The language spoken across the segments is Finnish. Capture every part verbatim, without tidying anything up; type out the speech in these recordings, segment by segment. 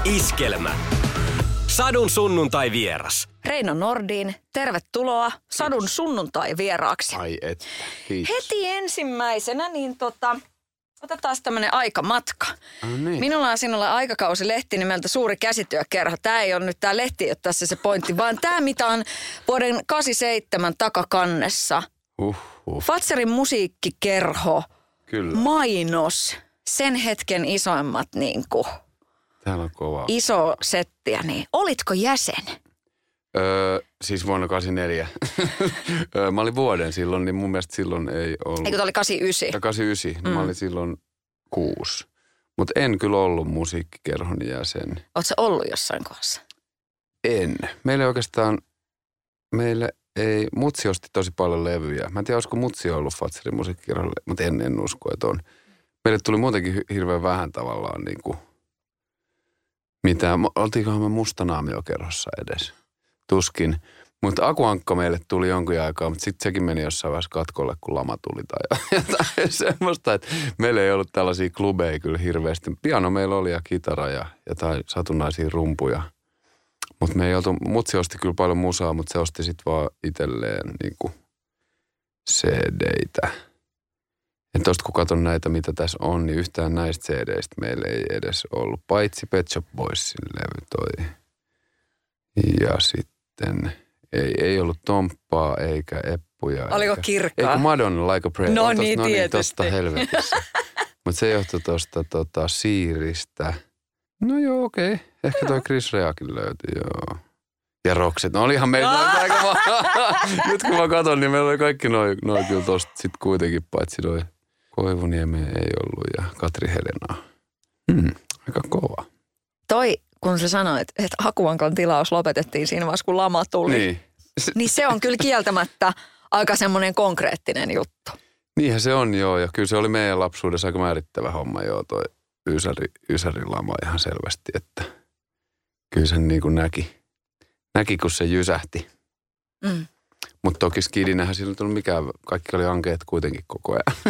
Iskelmä. Sadun sunnuntai vieras. Reino Nordin, tervetuloa Sadun sunnuntai vieraaksi. Ai et, kiitos. Heti ensimmäisenä, niin tota, otetaan tämmönen aikamatka. No niin. Minulla on sinulla aikakausilehti nimeltä Suuri käsityökerho. Tämä ei ole nyt, tämä lehti ei ole tässä se pointti, vaan tämä mitä on vuoden kahdeksankymmentäseitsemän takakannessa. Uhuh. Fatserin musiikkikerho, Kyllä. mainos, sen hetken isoimmat niin kuin, Täällä on kova. iso settiä. Niin. Olitko jäsen? Öö, siis vuonna kahdeksankymmentäneljä. öö, mä olin vuoden silloin, niin mun mielestä silloin ei ollut. Eikö tämä oli kahdeksankymmentäyhdeksän? Ja kahdeksankymmentäyhdeksän, mm. mä olin silloin kuusi. Mutta en kyllä ollut musiikkikerhon jäsen. Oletko sä ollut jossain kohdassa? En. Meille oikeastaan, meille ei, Mutsi osti tosi paljon levyjä. Mä en tiedä, olisiko Mutsi ollut Fatserin musiikkikerholle, mutta en, en usko, että on. Meille tuli muutenkin hirveän vähän tavallaan niin kuin mitä, oltiinkohan me Mustanaamio-kerhossa edes? Tuskin. Mutta Akuankka meille tuli jonkun aikaa, mutta sitten sekin meni jossain vaiheessa katkolle, kun lama tuli tai jotain semmoista, että meillä ei ollut tällaisia klubeja kyllä hirveästi. Piano meillä oli ja kitara ja jotain satunnaisia rumpuja. Mutta me ei oltu, Mutsi osti kyllä paljon musaa, mutta se osti sitten vaan itselleen niinku C D:itä. Ja tosta kun katson näitä, mitä tässä on, niin yhtään näistä C D:istä meillä ei edes ollut. Paitsi Pet Shop Boysin levy toi. Ja sitten ei, ei ollut Tomppaa eikä Eppuja. Oliko eikä, Kirkkaa? Eikö Madonna Like a Prayer? No Otas, niin, no niin, tietysti. tosta helvetissä. Mutta se johtui tuosta tota, Siiristä. No joo, okei. Okay. Ehkä toi Chris Reakin löytyi, joo. Ja Roxet. No olihan meillä no. aika vaan. Nyt kun mä katson, niin meillä oli kaikki noin noi kyllä tosta sit kuitenkin, paitsi noi Koivuniemi ei ollut ja Katri Helenaa. Hmm, aika kova. Toi, kun sä sanoit, että Akuankan tilaus lopetettiin siinä vaiheessa, kun lama tuli. Niin. Niin se on kyllä kieltämättä aika semmoinen konkreettinen juttu. Niinhän se on, joo. Ja kyllä se oli meidän lapsuudessa aika määrittävä homma, joo, toi Ysäri, Ysärin lama ihan selvästi, että kyllä sen niin kuin näki. Näki, kun se jysähti. Mm. Mutta toki skidinähän sillä ei tullut mikään, kaikki oli ankeet kuitenkin koko ajan.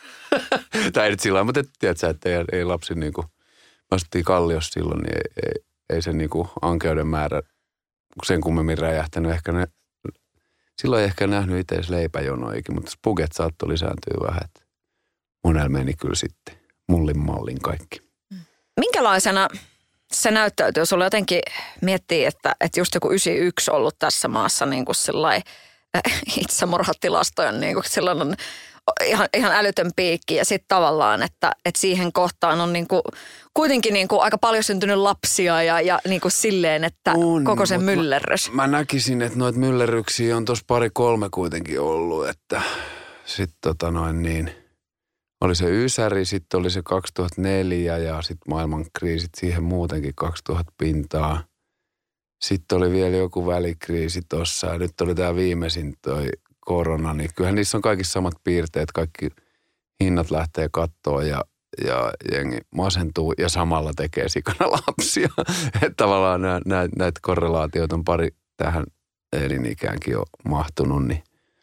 Tai ei nyt sillä lailla, mutta et, tiedätkö, että ei, ei lapsi niin kuin, me asuttiin Kalliossa silloin, niin ei, ei, ei se niin kuin ankeuden määrä sen kummemmin räjähtänyt. Ehkä ne, silloin ei ehkä nähnyt itse edes leipäjonoikin, mutta spuget saattoi lisääntyä vähän. Että monella meni kyllä sitten mullin mallin kaikki. Minkälaisena se näyttäytyy? Sulla jotenkin miettii, että, että just joku yhdeksänkymmentäyksi ollut tässä maassa niin kuin sellainen itsemurhatilastojen niin kuin silloin on ihan, ihan älytön piikki. Ja sitten tavallaan, että, että siihen kohtaan on niin kuin, kuitenkin niin kuin aika paljon syntynyt lapsia ja, ja niin kuin silleen, että on, koko se myllerrys. Mä, mä näkisin, että noita myllerryksiä on tuossa pari kolme kuitenkin ollut, että sitten tota noin niin, oli se Ysäri, sitten oli se kaksituhattaneljä ja sitten maailmankriisit siihen muutenkin kaksituhatta pintaa. Sitten oli vielä joku välikriisi tuossa ja nyt oli tämä viimeisin toi korona, niin kyllähän niissä on kaikissa samat piirteet. Kaikki hinnat lähtee kattoon ja, ja jengi masentuu ja samalla tekee sikana lapsia. Että tavallaan nää, nää, näitä korrelaatioita on pari tähän elinikäänkin jo mahtunut, niin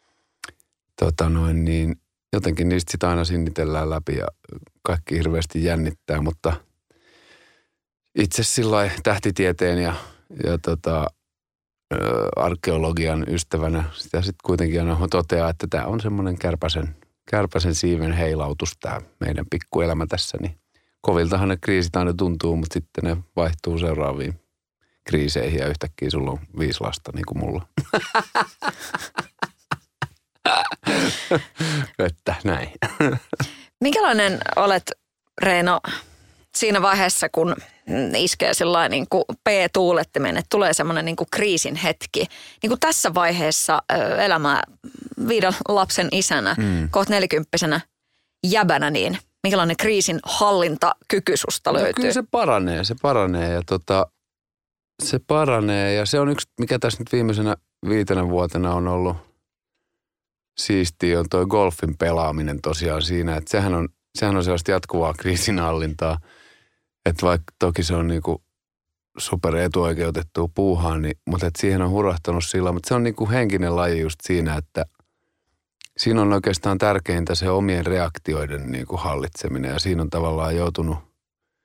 tota noin niin jotenkin niistä sitä aina sinnitellään läpi ja kaikki hirveästi jännittää, mutta itse sillai tähtitieteen ja, ja tota, ö, arkeologian ystävänä sitä sitten kuitenkin aina toteaa, että tämä on semmoinen kärpäsen, kärpäsen siiven heilautus tämä meidän pikkuelämä tässä, niin koviltahan ne kriisit aina tuntuu, mutta sitten ne vaihtuu seuraaviin kriiseihin ja yhtäkkiä sulla on viisi lasta niin kuin mulla. Että näin. Minkälainen olet, Reino, siinä vaiheessa, kun iskee sellainen niin kuin P-tuulettimen, että tulee semmoinen niin kuin kriisin hetki. Niin kuin tässä vaiheessa elämää viiden lapsen isänä, mm. kohta nelikymppisenä jäbänä, niin minkälainen kriisin hallintakyky susta löytyy? No kyllä se paranee, se paranee ja tota, se paranee ja se on yksi, mikä tässä nyt viimeisenä viitenä vuotena on ollut siistiä, on toi golfin pelaaminen tosiaan siinä, että sehän on, sehän on sellaista jatkuvaa kriisinhallintaa, että vaikka toki se on niinku super etuoikeutettua puuhaa, niin, mutta et siihen on hurahtanut sillä, mutta se on niinku henkinen laji just siinä, että siinä on oikeastaan tärkeintä se omien reaktioiden niinku hallitseminen ja siinä on tavallaan joutunut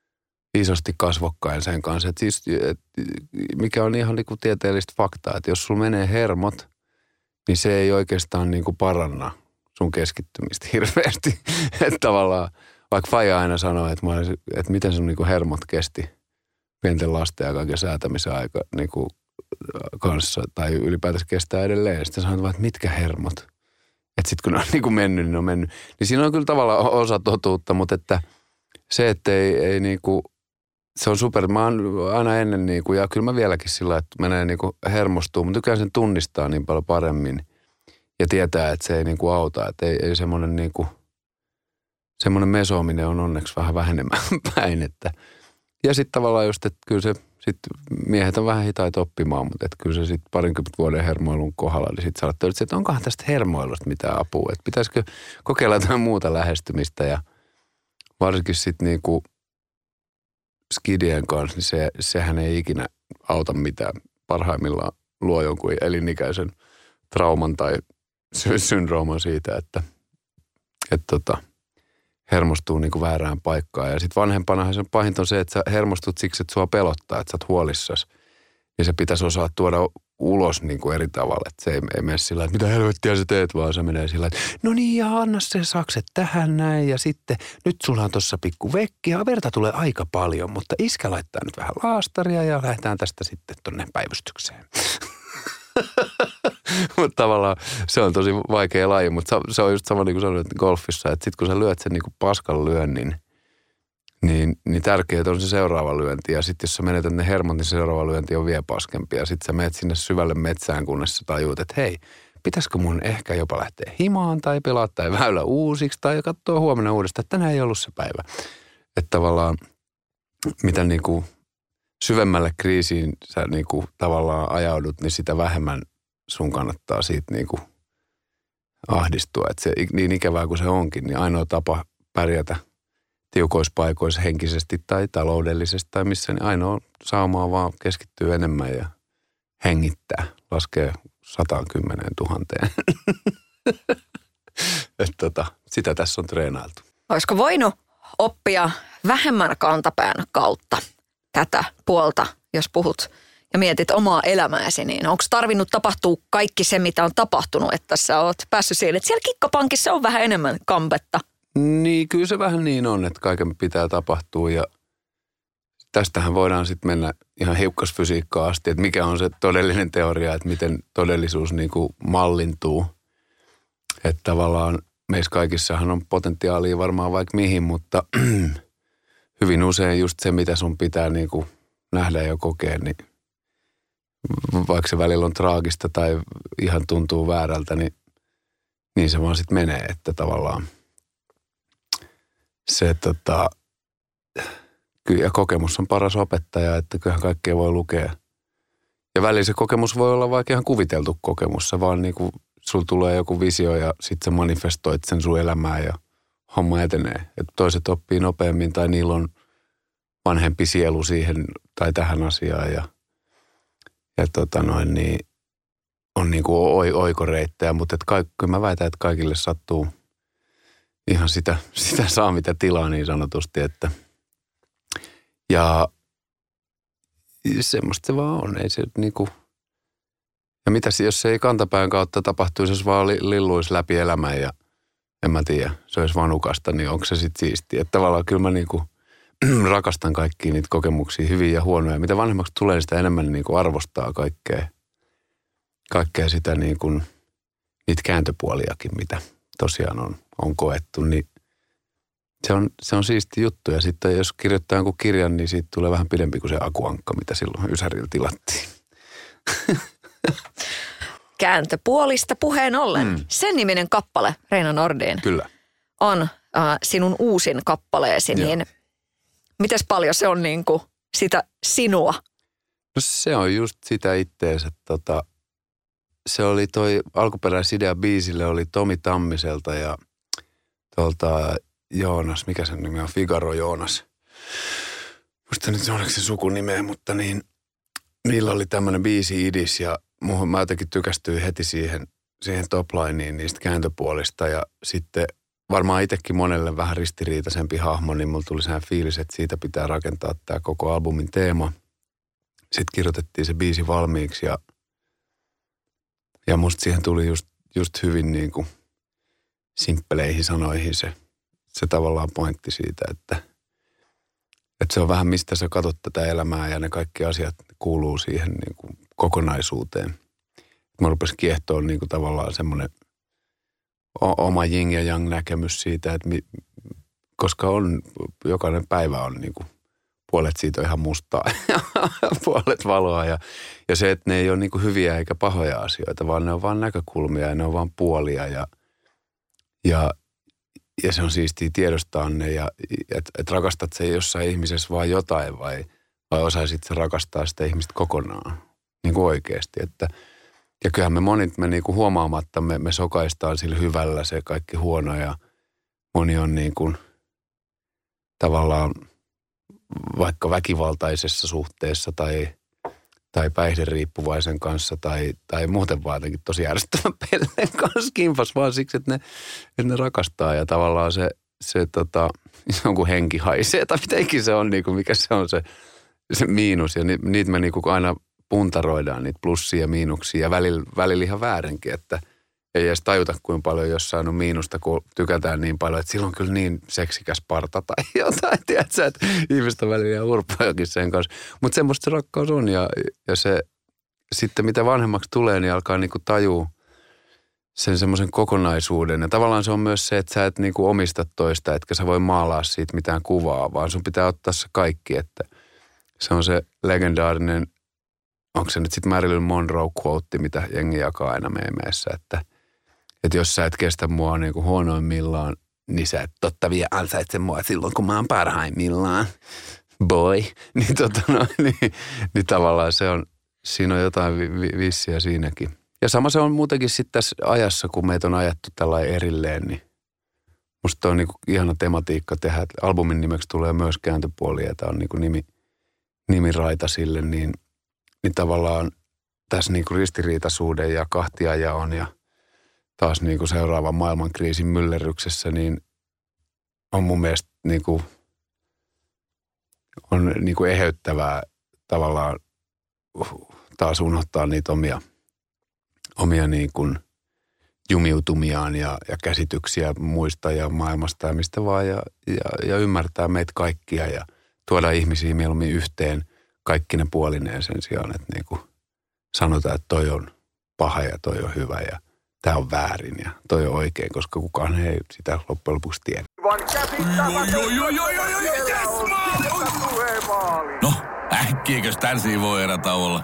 isosti kasvokkain sen kanssa. Et siis, et, mikä on ihan niinku tieteellistä faktaa, että jos sulla menee hermot, niin se ei oikeastaan niinku paranna sun keskittymistä hirveästi. Että tavallaan, vaikka Faija aina sanoo, että, mä olisin, että miten sun niinku hermot kesti pienten lasten ja kaiken säätämisen aika niinku kanssa, tai ylipäätänsä kestää edelleen. Sitten sanotaan, että mitkä hermot. Että sitten kun ne on niinku mennyt, niin ne on mennyt. Niin siinä on kyllä tavallaan osa totuutta, mutta että se, että ei, ei niinku, se on super. Mä oon aina ennen niinku, ja kyllä mä vieläkin sillä, että menee niinku hermostuu, mutta tykkään sen tunnistaa niin paljon paremmin ja tietää, että se ei niinku auta. Että ei, ei semmoinen niinku, semmoinen mesoaminen on onneksi vähän vähenemään päin, että ja sitten tavallaan just, että kyllä se sitten miehet on vähän hitaita oppimaan, mutta että kyllä se sitten parinkymmentä vuoden hermoilun kohdalla, niin sitten saattaa olla, että onkohan tästä hermoilusta mitään apua, että pitäisikö kokeilla jotain muuta lähestymistä ja varsinkin sitten niinku skidien kanssa, niin se, sehän ei ikinä auta mitään. Parhaimmillaan luo jonkun elinikäisen trauman tai sy- syndrooman siitä, että et tota, hermostuu niinku väärään paikkaan. Ja sitten vanhempanahan sen pahinta on se, että sä hermostut siksi, että sua pelottaa, että sä oot huolissasi. Niin se pitäisi osaa tuoda ulos niinku eri tavalla. Että se ei, ei mene sillä että mitä helvettiä sä teet, vaan se menee sillä että no niin, ja anna se sakset tähän näin. Ja sitten nyt sulla on tossa pikku vekki ja verta tulee aika paljon, mutta iskä laittaa nyt vähän laastaria ja lähdetään tästä sitten tonne päivystykseen. Mutta tavallaan se on tosi vaikea laji, mutta se on just sama niin kuin sanoit golfissa, että sitten kun sä lyöt sen niin kuin paskan lyönnin, niin, niin tärkeää on se seuraava lyönti. Ja sitten jos sä menetät ne hermot, niin se seuraava lyönti on vielä paskempi. Ja sitten sä menet sinne syvälle metsään, kunnes sä tajuut, että hei, pitäisikö mun ehkä jopa lähteä himaan tai pelaa tai väylä uusiksi tai katsoa huomenna uudestaan, että tänään ei ollut se päivä. Että tavallaan mitä niin kuin syvemmälle kriisiin sä niin kuin tavallaan ajaudut, niin sitä vähemmän sun kannattaa siitä niin kuin ahdistua. Että se niin ikävää kuin se onkin, niin ainoa tapa pärjätä tiukoissa paikoissa henkisesti tai taloudellisesti tai missä, niin ainoa saumaa vaan keskittyy enemmän ja hengittää, laskee sataan kymmeneen tuhanteen. Että tota, sitä tässä on treenailtu. Olisiko voinut oppia vähemmän kantapään kautta tätä puolta, jos puhut ja mietit omaa elämääsi, niin onko tarvinnut tapahtua kaikki se, mitä on tapahtunut, että sä oot päässyt siihen, että siellä kikkapankissa on vähän enemmän kampetta? Niin, kyllä se vähän niin on, että kaiken pitää tapahtua ja tästähän voidaan sitten mennä ihan hiukkasfysiikkaan asti, että mikä on se todellinen teoria, että miten todellisuus niin kuin mallintuu. Että tavallaan meissä kaikissahan on potentiaalia varmaan vaikka mihin, mutta hyvin usein just se, mitä sun pitää niin kuin nähdä ja kokea, niin vaikka se välillä on traagista tai ihan tuntuu väärältä, niin, niin se vaan sitten menee, että tavallaan se tota, kyllä kokemus on paras opettaja, että kyllähän kaikkea voi lukea. Ja välillä se kokemus voi olla vaikka ihan kuviteltu kokemus, se vaan niin kuin sulla tulee joku visio ja sitten sä manifestoit sen sun elämään ja homma etenee. Että toiset oppii nopeammin tai niillä on vanhempi sielu siihen tai tähän asiaan ja, ja tota noin niin on niin kuin oikoreittejä, mutta et kaik, kyllä mä väitän, että kaikille sattuu ihan sitä, sitä saa mitä tilaa niin sanotusti, että ja semmoista se vaan on, ei se niinku ja mitä jos se ei kantapään kautta tapahtuisi, jos vaan lilluisi läpi elämän ja en mä tiedä, se olisi vanukasta, niin onko se sitten siistiä. Että tavallaan kyllä mä niinku rakastan kaikkia niitä kokemuksia, hyviä ja huonoja. Mitä vanhemmaksi tulee, sitä enemmän niinku arvostaa kaikkea, kaikkea sitä niinku, niitä kääntöpuoliakin, mitä tosiaan on, on koettu, niin se on, se on siisti juttu. Ja sitten jos kirjoittaa jonkun kirjan, niin siitä tulee vähän pidempi kuin se akuankka, mitä silloin Ysärillä tilattiin. Kääntöpuolista puheen ollen. Mm. Sen niminen kappale, Reino Nordin, Kyllä. on äh, sinun uusin kappaleesi. Joo. Niin mites paljon se on niin kuin sitä sinua? No se on just sitä itteensä. Tota, se oli toi alkuperäisidea biisille oli Tomi Tammiselta ja tuolta Joonas, mikä sen nimi on, Figaro Joonas. Musta nyt onneksi se sukunimeä, mutta niin, niillä oli tämmöinen biisi-idis ja muuhun mä jotenkin tykästyin heti siihen, siihen toplineen niistä kääntöpuolista ja sitten varmaan itsekin monelle vähän ristiriitaisempi hahmo, niin mulla tuli sehän fiilis, että siitä pitää rakentaa tämä koko albumin teema. Sitten kirjoitettiin se biisi valmiiksi ja, ja musta siihen tuli just, just hyvin niin kuin simppeleihin sanoihin se, se tavallaan pointti siitä, että, että se on vähän mistä sä katsot tätä elämää ja ne kaikki asiat kuuluu siihen niin kuin kokonaisuuteen. Mä rupesin kiehtoon niin kuin tavallaan semmoinen oma yin ja yang näkemys siitä, että mi, koska on, jokainen päivä on niin kuin, puolet siitä on ihan mustaa ja puolet valoa ja, ja se, että ne ei ole niin kuin hyviä eikä pahoja asioita, vaan ne on vaan näkökulmia ja ne on vaan puolia ja, ja, ja se on siistiä tiedostaa ne ja että et rakastat sä jossain ihmisessä vaan jotain vai, vai osaisit sä rakastaa sitä ihmistä kokonaan niin kuin oikeasti, että ja kyllähän me monit, me niinku huomaamatta, me, me sokaistaan sillä hyvällä se kaikki huono ja moni on niin kuin tavallaan vaikka väkivaltaisessa suhteessa tai, tai päihderiippuvaisen kanssa tai, tai muuten vaan jotenkin tosi ärsyttävän pellen kanssa kimpas vaan siksi, että ne, että ne rakastaa ja tavallaan se, se tota, jonkun henki haisee tai mitenkin se on, niin kuin, mikä se on se, se miinus ja ni, niitä me niinku aina puntaroidaan niitä plussia ja miinuksia ja välillä, välillä ihan väärinkin, että ei edes tajuta kuinka paljon jossain on miinusta, kun tykätään niin paljon, että silloin on kyllä niin seksikäs parta tai jotain, tiedätkö, että ihmistä välillä ja urpaajakin sen kanssa. Mutta semmoista se rakkaus on ja, ja se sitten mitä vanhemmaksi tulee, niin alkaa niinku tajua sen semmoisen kokonaisuuden. Ja tavallaan se on myös se, että sä et niinku omista toista, etkä sä voi maalaa siitä mitään kuvaa, vaan sun pitää ottaa se kaikki, että se on se legendaarinen onko se nyt sitten Marilyn Monroe-quote, mitä jengi jakaa aina meemeissä, että, että jos sä et kestä mua niin kuin huonoimmillaan, niin sä et totta vielä ansaitse mua silloin, kun mä oon parhaimmillaan, boy. Niin, tota no, niin, niin tavallaan se on, siinä on jotain vi, vi, vissiä siinäkin. Ja sama se on muutenkin sitten tässä ajassa, kun meitä on ajettu tällainen erilleen, niin musta on niin kuin ihana tematiikka tehdä. Albumin nimeksi tulee myös kääntöpuoli, ja tämä on niin kuin nimi, nimiraita sille, niin niin tavallaan tässä niinku ristiriitaisuuden ja kahtiajaon ja taas niinku seuraavan maailmankriisin myllerryksessä, niin on mun mielestä niinku, on niinku eheyttävää tavallaan taas unohtaa niitä omia, omia niinku jumiutumiaan ja, ja käsityksiä muista ja maailmasta ja mistä vaan ja, ja, ja ymmärtää meitä kaikkia ja tuoda ihmisiä mieluummin yhteen kaikki ne puolineen sen sijaan, että niinku sanotaan, että toi on paha ja toi on hyvä ja tää on väärin ja toi on oikein, koska kukaan ei sitä loppujen lopuksi tiedä. No, äkkiäkös tän siivoo erätauolla?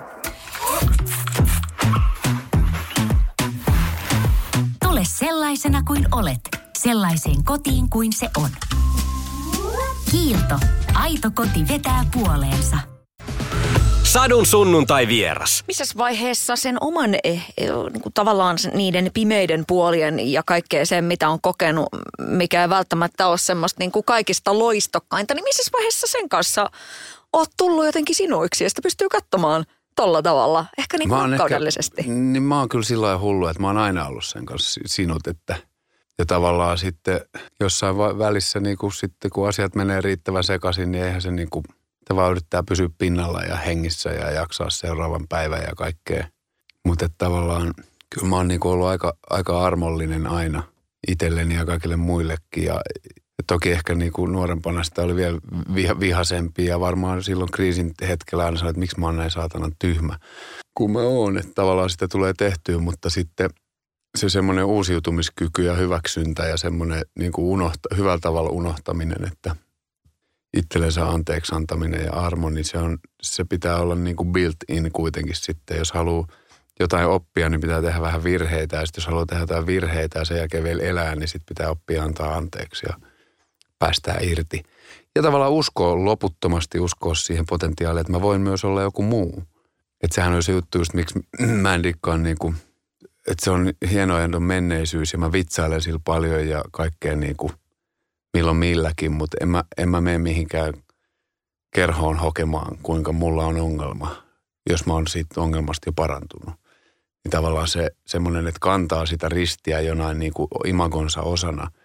Tule sellaisena kuin olet, sellaiseen kotiin kuin se on. Kiilto. Aito koti vetää puoleensa. Sadun sunnuntai vieras. Missäs vaiheessa sen oman eh, eh, niin kuin tavallaan niiden pimeiden puolien ja kaikkea sen, mitä on kokenut, mikä ei välttämättä ole semmoista niin kuin kaikista loistokkainta, niin missäs vaiheessa sen kanssa oot tullut jotenkin sinuiksi ja sitä pystyy katsomaan tolla tavalla, ehkä niin kuin rakkaudellisesti? Ehkä, niin mä oon kyllä sillä lailla hullu, että mä oon aina ollut sen kanssa sinut, että ja tavallaan sitten jossain välissä niin kuin sitten kun asiat menee riittävän sekaisin, niin eihän se niin kuin vaan yrittää pysyä pinnalla ja hengissä ja jaksaa seuraavan päivän ja kaikkea. Mutta tavallaan kyllä mä oon niinku ollut aika, aika armollinen aina itselleni ja kaikille muillekin. Ja, ja toki ehkä niinku nuorempana sitä oli vielä viha, vihasempi ja varmaan silloin kriisin hetkellä aina sanoin, että miksi mä oon näin saatanan tyhmä. Kun mä oon, että tavallaan sitä tulee tehtyä, mutta sitten se semmoinen uusiutumiskyky ja hyväksyntä ja semmoinen niinku unohta, hyvällä tavalla unohtaminen, että itsellensä anteeksi antaminen ja armo, niin se, on, se pitää olla niin kuin built-in kuitenkin sitten. Jos haluaa jotain oppia, niin pitää tehdä vähän virheitä. Ja sitten jos haluaa tehdä jotain virheitä ja sen jälkeen vielä elää, niin sitten pitää oppia antaa anteeksi ja päästää irti. Ja tavallaan uskoa, loputtomasti uskoa siihen potentiaaliin, että mä voin myös olla joku muu. Että sehän on se juttu just, miksi mä en dikkaan niin kuin, että se on hienoa menneisyys ja mä vitsailen sillä paljon ja kaikkea niin kuin milloin milläkin, mutta en mä, en mä mene mihinkään kerhoon hokemaan, kuinka mulla on ongelma, jos mä oon siitä ongelmasta jo parantunut. Niin tavallaan se semmoinen, että kantaa sitä ristiä jonain niin kuin imagonsa osana,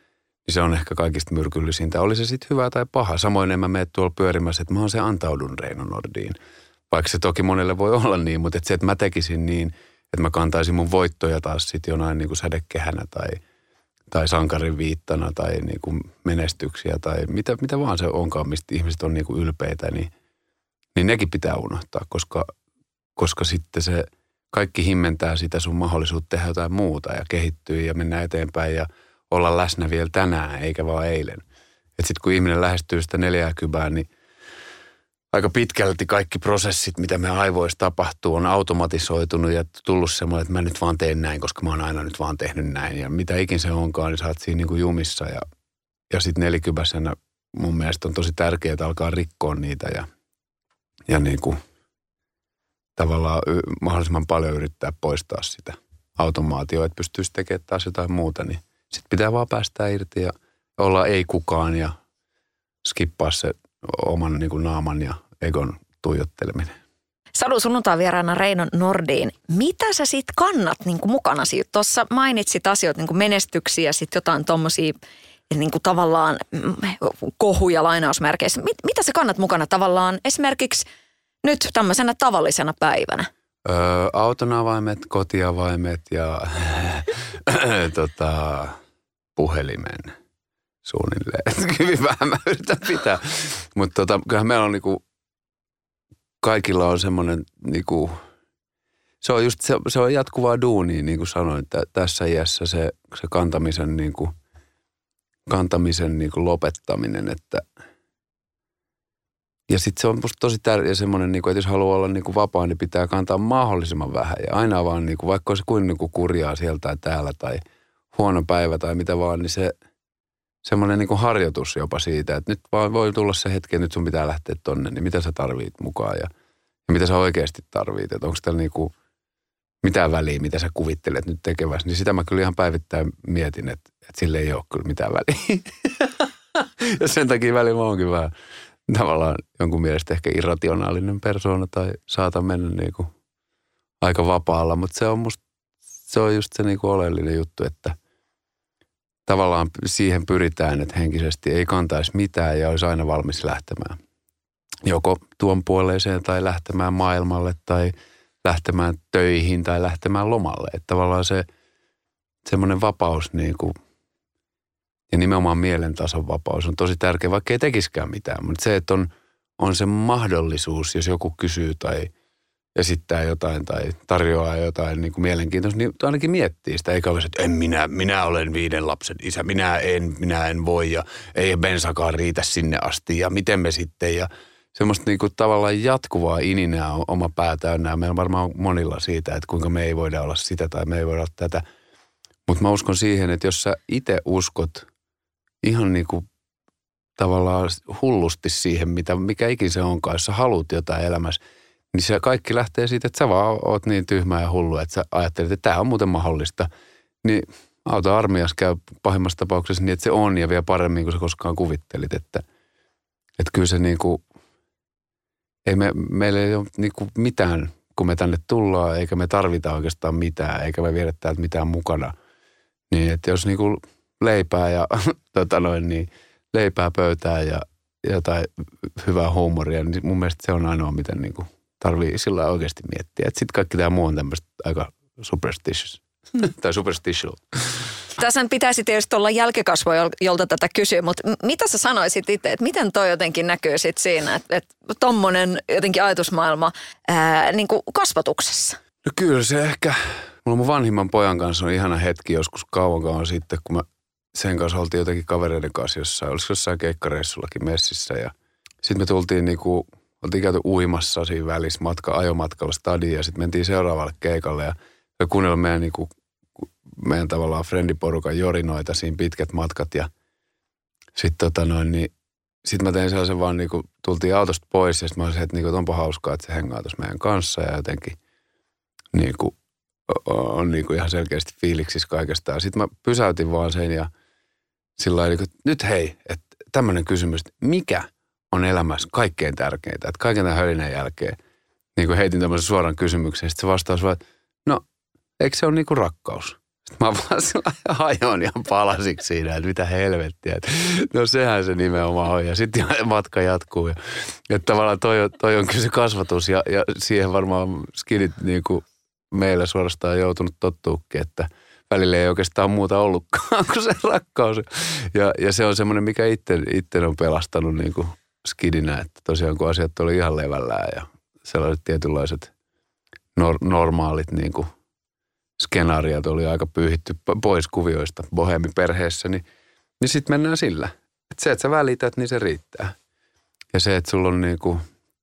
niin se on ehkä kaikista myrkyllisintä. Oli se sitten hyvä tai paha. Samoin en mä mene tuolla pyörimässä, että mä oon se antaudun Reino Nordiin. Vaikka se toki monelle voi olla niin, mutta että se, että mä tekisin niin, että mä kantaisin mun voittoja taas sitten jonain niin kuin sädekehänä tai, tai sankarin viittana tai niin kuin menestyksiä tai mitä, mitä vaan se onkaan, mistä ihmiset on niin kuin ylpeitä, niin, niin nekin pitää unohtaa, koska, koska sitten se kaikki himmentää sitä sun mahdollisuutta tehdä jotain muuta ja kehittyä ja mennä eteenpäin ja olla läsnä vielä tänään eikä vaan eilen. Että sitten kun ihminen lähestyy sitä neljääkymmentä, niin aika pitkälti kaikki prosessit, mitä me aivoissa tapahtuu, on automatisoitunut ja tullut semmoinen, että mä nyt vaan teen näin, koska mä oon aina nyt vaan tehnyt näin. Ja mitä ikin se onkaan, niin sä oot siinä niin kuin jumissa. Ja, ja sitten nelikymppisenä mun mielestä on tosi tärkeää, että alkaa rikkoa niitä ja, ja niin kuin tavallaan mahdollisimman paljon yrittää poistaa sitä automaatioa, että pystyisi tekemään taas jotain muuta. Niin sitten pitää vaan päästää irti ja olla ei kukaan ja skippaa se oman niin kuin naaman ja egon tuijotteleminen. Sadun sunnuntai vieraana Reino Nordiin. Mitä sä sit kannat niin kuin mukanasi? Tuossa mainitsit asioita, niin kuin menestyksiä, sitten jotain tommosia niin kuin tavallaan kohuja lainausmerkeissä. Mit, mitä sä kannat mukana tavallaan esimerkiksi nyt tämmöisenä tavallisena päivänä? Öö, auton avaimet, kotiavaimet ja tota, puhelimen. Suunnilleen. Hyvin vähän mä yritän pitää. Mutta tota, kyllähän meillä on niinku, kaikilla on semmoinen niinku, se on just, se, se on jatkuvaa duunia, niin kuin sanoin, että tässä iässä se, se kantamisen niinku, kantamisen niinku lopettaminen, että ja sitten se on musta tosi tärkeä semmoinen, niinku, että jos haluaa olla niinku vapaa, niin pitää kantaa mahdollisimman vähän ja aina vaan niinku, vaikka olisi kuin niinku kurjaa sieltä tai täällä tai huono päivä tai mitä vaan, niin se semmoinen niin kuin harjoitus jopa siitä, että nyt vaan voi tulla se hetki, että nyt sun pitää lähteä tonne, niin mitä sä tarvit mukaan ja, ja mitä sä oikeasti tarvit. Että onko täällä niin kuin mitään väliä, mitä sä kuvittelet nyt tekevässä. Niin sitä mä kyllä ihan päivittäin mietin, että, että sille ei ole kyllä mitään väliä. Ja sen takia välillä mä oonkin vähän tavallaan jonkun mielestä ehkä irrationaalinen persoona tai saatan mennä niin kuin aika vapaalla. Mutta se on musta, se on just se niin kuin oleellinen juttu, että tavallaan siihen pyritään, että henkisesti ei kantaisi mitään ja olisi aina valmis lähtemään. Joko tuon puoleiseen tai lähtemään maailmalle tai lähtemään töihin tai lähtemään lomalle. Että tavallaan se semmoinen vapaus niin kuin, ja nimenomaan mielentason vapaus on tosi tärkeä, vaikka ei tekisikään mitään. Mutta se, että on, on se mahdollisuus, jos joku kysyy tai esittää jotain tai tarjoaa jotain niin kuin mielenkiintoista, niin ainakin miettii sitä. Eikä ole se, että en minä, minä olen viiden lapsen isä, minä en, minä en voi ja ei bensakaan riitä sinne asti ja miten me sitten. Ja semmoista niin kuin tavallaan jatkuvaa ininää on oma pää täynnä. Meillä on varmaan monilla siitä, että kuinka me ei voida olla sitä tai me ei voida olla tätä. Mutta mä uskon siihen, että jos sä itse uskot ihan niin kuin tavallaan hullusti siihen, mitä, mikä ikin se onkaan, jos sä haluat jotain elämässä, niin se kaikki lähtee siitä, että sä vaan oot niin tyhmä ja hullu, että sä ajattelet, että tämä on muuten mahdollista. Niin auto-armias käy pahimmassa tapauksessa niin, että se on ja vielä paremmin kuin sä koskaan kuvittelit. Että, että kyllä se niin kuin, ei me, meillä ei ole niin kuin mitään, kun me tänne tullaan, eikä me tarvita oikeastaan mitään, eikä me viedä täältä mitään mukana. Niin, että jos niin kuin leipää ja tota noin, niin leipää pöytää ja jotain hyvää huumoria, niin mun mielestä se on ainoa, miten niin kuin tarvii sillä oikeasti miettiä. Että sitten kaikki tämä muu on tämmöistä aika superstitious. tai superstitious. Tässä pitäisi tietysti olla jälkikasvua, jolta tätä kysyy, mutta mitä sä sanoisit itse, että miten toi jotenkin näkyy sitten siinä, että, että tommonen jotenkin ajatusmaailma ää, niin kuin kasvatuksessa? No kyllä se ehkä, mulla mun vanhimman pojan kanssa on ihana hetki joskus kauan kauan sitten, kun mä sen kanssa oltiin jotenkin kavereiden kanssa jossain, olisiko jossain keikkareissullakin messissä ja sitten me tultiin niinku, oltiin käyty uimassa siinä välissä matka, ajomatkalla stadiin ja sitten mentiin seuraavalle keikalle ja me kuunnella meidän, niinku, meidän tavallaan friendiporukan jorinoita siinä pitkät matkat ja sitten tota noin, niin sitten mä tein sellaisen vaan niinku, tultiin autosta pois ja sitten mä olisin, että, niinku, että onpa hauskaa, että se hengaa tuossa meidän kanssa ja jotenkin niinku, on niinku ihan selkeästi fiiliksissä kaikesta. Sitten mä pysäytin vaan sen ja sillä lailla, että nyt hei, että tämmöinen kysymys, että mikä on elämässä kaikkein tärkeintä, että kaiken tämän hölinän jälkeen niin kuin heitin tämmöisen suoran kysymyksen, sitten se vastaus vaan, no eikö se ole niin kuin rakkaus? Sitten Mä vaan hajoin ihan palasiksi siinä, että mitä helvettiä. No sehän se nimenomaan on. Ja sitten matka jatkuu. Ja, että tavallaan toi, toi on kyllä se kasvatus ja, ja siihen varmaan skinit niin kuin meillä suorastaan joutunut tottuukin, että välillä ei oikeastaan muuta ollutkaan kuin se rakkaus. Ja, ja se on semmoinen, mikä itse, itse on pelastanut niin kuin skidinä, että tosiaan kun asiat oli ihan levällään ja sellaiset tietynlaiset nor- normaalit niin kuin skenaariot oli aika pyyhitty pois kuvioista boheemiperheessä, niin, niin sitten mennään sillä. Että se, että sä välität, niin se riittää. Ja se, että sulla on niinku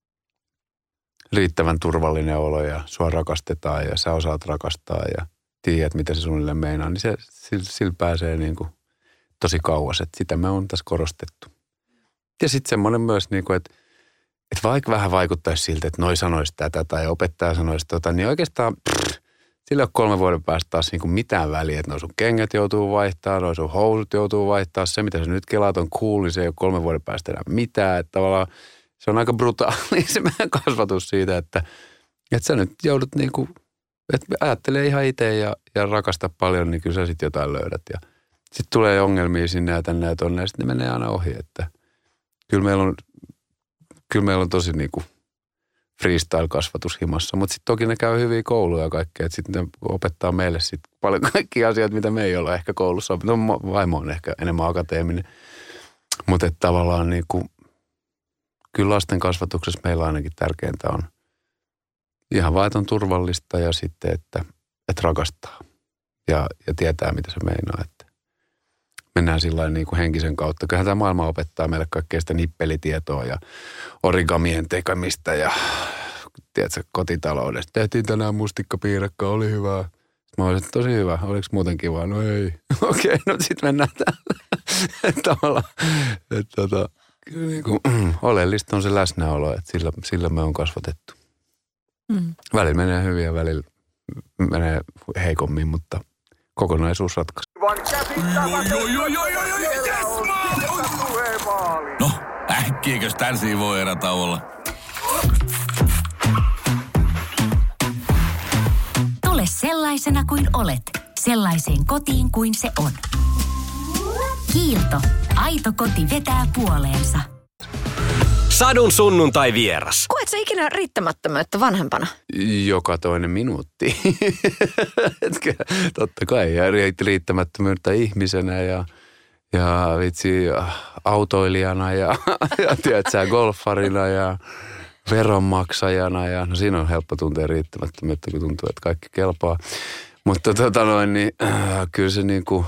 riittävän turvallinen olo ja sua rakastetaan ja sä osaat rakastaa ja tiedät, mitä se suunnilleen meinaa, niin se, sillä, sillä pääsee niinku tosi kauas. Että sitä me on tässä korostettu. Ja sitten semmoinen myös, niinku, että, että vaikka vähän vaikuttaisi siltä, että noi sanoisi tätä tai opettaja sanoisi tota, niin oikeastaan pff, sillä on kolme vuoden päästä taas niin kuin mitään väliä, että noi sun kengät joutuu vaihtaa, noi sun housut joutuu vaihtaa. Se, mitä sä nyt kelaat on cool, niin se ei ole kolme vuoden päästä enää mitään. Että tavallaan se on aika brutaali se meidän kasvatus siitä, että, että sä nyt joudut niin kuin, että ajattelee ihan itse ja, ja rakasta paljon, niin kyllä sä sitten jotain löydät. Ja sitten tulee ongelmia sinne ja tänne ja tonne ja sitten ne menee aina ohi. Että kyllä meillä on, kyllä meillä on tosi niin kuin freestyle-kasvatus himassa, mutta sitten toki ne käy hyviä kouluja ja kaikkea, että sitten ne opettaa meille sitten paljon kaikkia asioita, mitä me ei olla ehkä koulussa. No vaimo on ehkä enemmän akateeminen, mutta että tavallaan niin kuin, kyllä lasten kasvatuksessa meillä ainakin tärkeintä on ihan vaan, että on turvallista ja sitten, että, että rakastaa ja, ja tietää, mitä se meinaa, että mennään sillä niin kuin henkisen kautta. Kyllähän tämä maailma opettaa meille kaikkea sitä nippelitietoa ja origamien tekemistä ja tiedätkö, kotitaloudesta. Tehtiin tänään mustikkapiirakka, oli hyvää. Mä olisin, että tosi hyvä. Oliko muuten kiva? No ei. Okei, no sitten mennään täällä. Tavallaan, että tota, kyllä niin kuin, oleellista on se läsnäolo, että sillä, sillä me on kasvatettu. Mm. Välillä menee hyvin ja välillä menee heikommin, mutta kokonaisuus ratkaisi. No, äkkiäkös tän voi erätauolla? Tule sellaisena kuin olet, sellaiseen kotiin kuin se on. Kiilto. Aito koti vetää puoleensa. Sadun sunnuntai vieras. Koet sä ikinä riittämättömyyttä vanhempana? Joka toinen minuutti. Totta kai. Ja riittämättömyyttä ihmisenä ja, ja vitsi autoilijana ja, ja tiedätkö, golfarina ja veronmaksajana. Ja, no siinä on helppo tuntea riittämättömyyttä, kun tuntuu, että kaikki kelpaa. Mutta tota noin, niin äh, kyllä se niinku,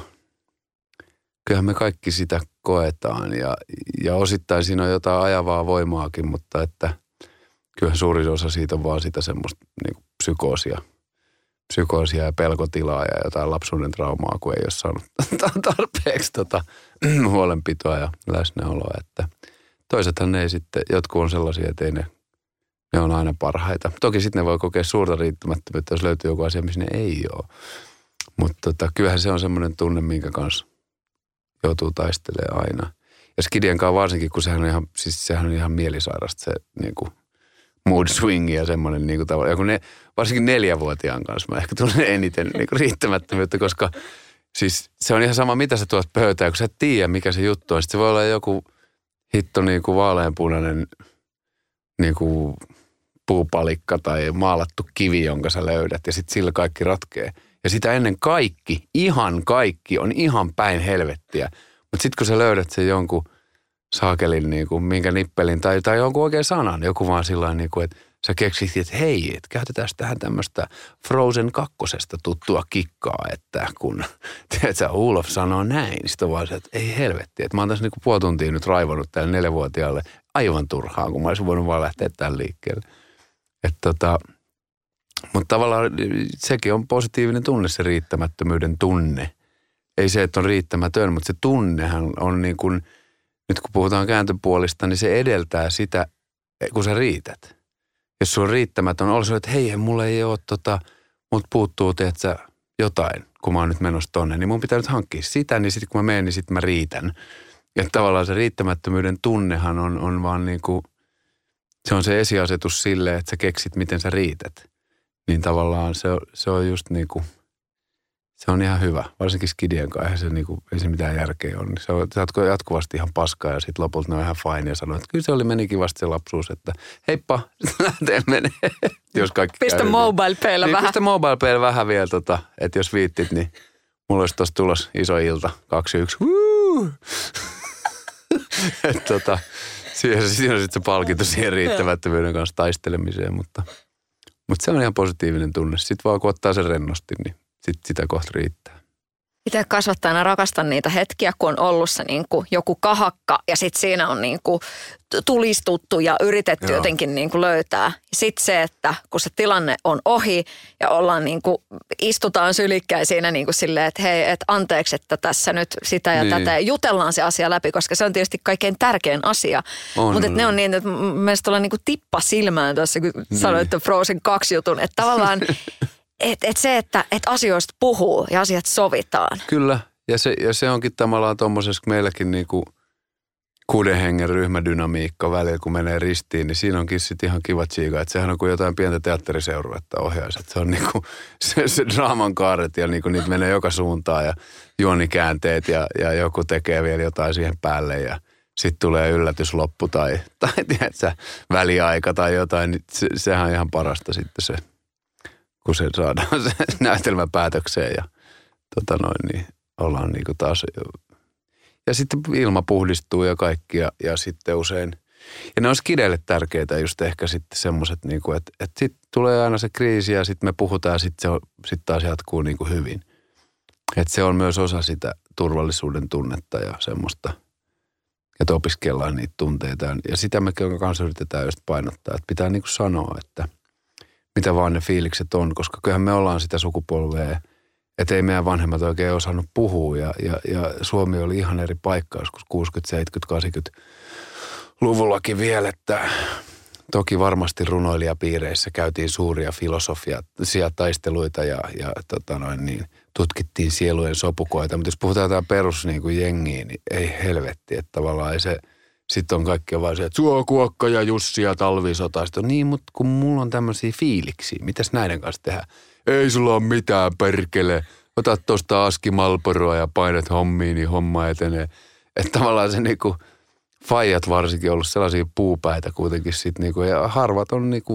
kyllähän me kaikki sitä koetaan ja, ja osittain siinä on jotain ajavaa voimaakin, mutta että kyllähän suurin osa siitä on vaan sitä semmoista niin kuin psykoosia, psykoosia ja pelkotilaa ja jotain lapsuuden traumaa, kun ei ole saanut tarpeeksi tota, huolenpitoa ja läsnäoloa. Että toisethan ne ei sitten, jotkut on sellaisia, että ei ne, ne on aina parhaita. Toki sitten ne voi kokea suurta riittämättömyyttä, jos löytyy joku asia, missä ne ei ole. Mutta tota, kyllähän se on semmoinen tunne, minkä kanssa joutuu taistelemaan aina. Ja skidien kanssa varsinkin, kun sehän on ihan, siis sehän on ihan mielisairasta se niin kuin mood swing ja semmoinen niin kuin tavalla. Ja kun ne, varsinkin neljävuotiaan kanssa mä ehkä tunnen eniten niin kuin riittämättömyyttä, koska siis se on ihan sama, mitä sä tuot pöytään, kun sä et tiedä, mikä se juttu on. Sitten se voi olla joku hitto niin kuin vaaleanpunainen niin kuin puupalikka tai maalattu kivi, jonka sä löydät ja sitten sillä kaikki ratkee. Ja sitä ennen kaikki, ihan kaikki on ihan päin helvettiä. Mutta sitten kun sä löydät sen jonkun saakelin, niin kuin, minkä nippelin tai, tai jonkun oikein sanan, joku vaan sillä niin kuin, että sä keksit, että hei, et käytetään tähän tämmöistä Frozen kakkosesta tuttua kikkaa, että kun, tiedätkö, Olof sanoo näin, niin sitten on vaan se, että ei helvetti, että mä oon tässä niin kuin puoli tuntia nyt raivannut tälle neljävuotiaalle aivan turhaan, kun mä olisin voinut vaan lähteä tämän liikkeelle. Että tota... Mutta tavallaan sekin on positiivinen tunne, se riittämättömyyden tunne. Ei se, että on riittämätön, mutta se tunnehan on niin kuin, nyt kun puhutaan kääntöpuolista, niin se edeltää sitä, kun sä riität. Jos sulla on riittämätön, on se, että hei, mulla ei ole tota, mut puuttuu, teet sä jotain, kun mä oon nyt menossa tonne, niin mun pitää nyt hankkia sitä, niin sitten kun mä menen, niin sitten mä riitän. Ja tavallaan se riittämättömyyden tunnehan on, on vaan niin kuin, se on se esiasetus sille, että sä keksit, miten sä riität. Niin tavallaan se on, se on just niin kuin, Se on ihan hyvä, varsinkin skidien kanssa, eihän se, niinku, ei se mitään järkeä ole. Se on jatkuvasti ihan paskaa ja sitten lopulta ne on ihan fine ja sanoo, että kyllä se oli meni kivasti se lapsuus, että heippa, lähtee menee. Jos kaikki pistä mobile payllä niin, vähän. Pistä mobile payllä vähän vielä, tota, että jos viittit, niin mulla olisi tuossa tulos iso ilta, kaksi yksi. Että tota, siinä, siinä on sitten se palkinto siihen riittämättömyyden kanssa taistelemiseen, mutta, mutta se on ihan positiivinen tunne. Sitten vaan kun ottaa sen rennosti, niin sitten sitä kohta riittää. Itse kasvattajana rakastan niitä hetkiä, kun on ollut se niin kuin joku kahakka ja sitten siinä on niin kuin tulistuttu ja yritetty Joo. jotenkin niin kuin löytää. Sitten se, että kun se tilanne on ohi ja ollaan niin kuin, istutaan sylikkäin siinä niin kuin silleen, että hei, että anteeksi, että tässä nyt sitä ja niin. tätä ja jutellaan se asia läpi, koska se on tietysti kaikkein tärkein asia. Mutta ne on niin, että meistä tulee niin kuin tippa silmään tuossa, kun niin. sanoitte Frozen kaksi jutun, että tavallaan Että et se, että et asioista puhuu ja asiat sovitaan. Kyllä, ja se, ja se onkin tavallaan tuommoisessa meilläkin niinku kuuden hengen ryhmädynamiikka välillä, kun menee ristiin, niin siinä onkin sitten ihan kiva tsiika. Että sehän on kuin jotain pientä teatteriseuruetta ohjaisi. Että se on niinku se, se draaman kaaret ja niinku niitä menee joka suuntaan ja juonikäänteet ja, ja joku tekee vielä jotain siihen päälle ja sitten tulee yllätysloppu tai, tai tiedätkö, väliaika tai jotain. Niin se, sehän on ihan parasta sitten se, kun se saadaan se näytelmä päätökseen ja tota noin, niin ollaan niinku taas. Ja sitten ilma puhdistuu ja kaikki ja, ja sitten usein. Ja ne on skideille tärkeitä just ehkä sitten semmoiset, niinku, että, että sitten tulee aina se kriisi ja sitten me puhutaan ja sitten sit taas jatkuu niinku hyvin. Että se on myös osa sitä turvallisuuden tunnetta ja semmoista, että opiskellaan niitä tunteita. Ja sitä me kanssa yritetään just painottaa, että pitää niinku sanoa, että mitä vaan ne fiilikset on, koska kyllähän me ollaan sitä sukupolvea, että ei meidän vanhemmat oikein osannut puhua ja, ja, ja Suomi oli ihan eri paikka joskus kuusikymmentä-, seitsemänkymmentä-, kahdeksankymmentäluvullakin vielä, että toki varmasti runoilijapiireissä käytiin suuria filosofisia taisteluita ja, ja tota noin niin, tutkittiin sielujen sopukoita, mutta jos puhutaan jotain perus niin kuin jengiä, niin ei helvetti, että tavallaan ei se. Sitten on kaikki vaan se, että Suo, Kuokka ja Jussi ja talvisota. Sitten on niin, mutta kun mulla on tämmöisiä fiiliksiä, mitäs näiden kanssa tehdään? Ei sulla ole mitään, perkele. Ota tuosta Aski Malboroa ja painat hommiin, niin homma etenee. Että tavallaan se niinku, faijat varsinkin ollut sellaisia puupäitä kuitenkin sitten niinku, ja harvat on niinku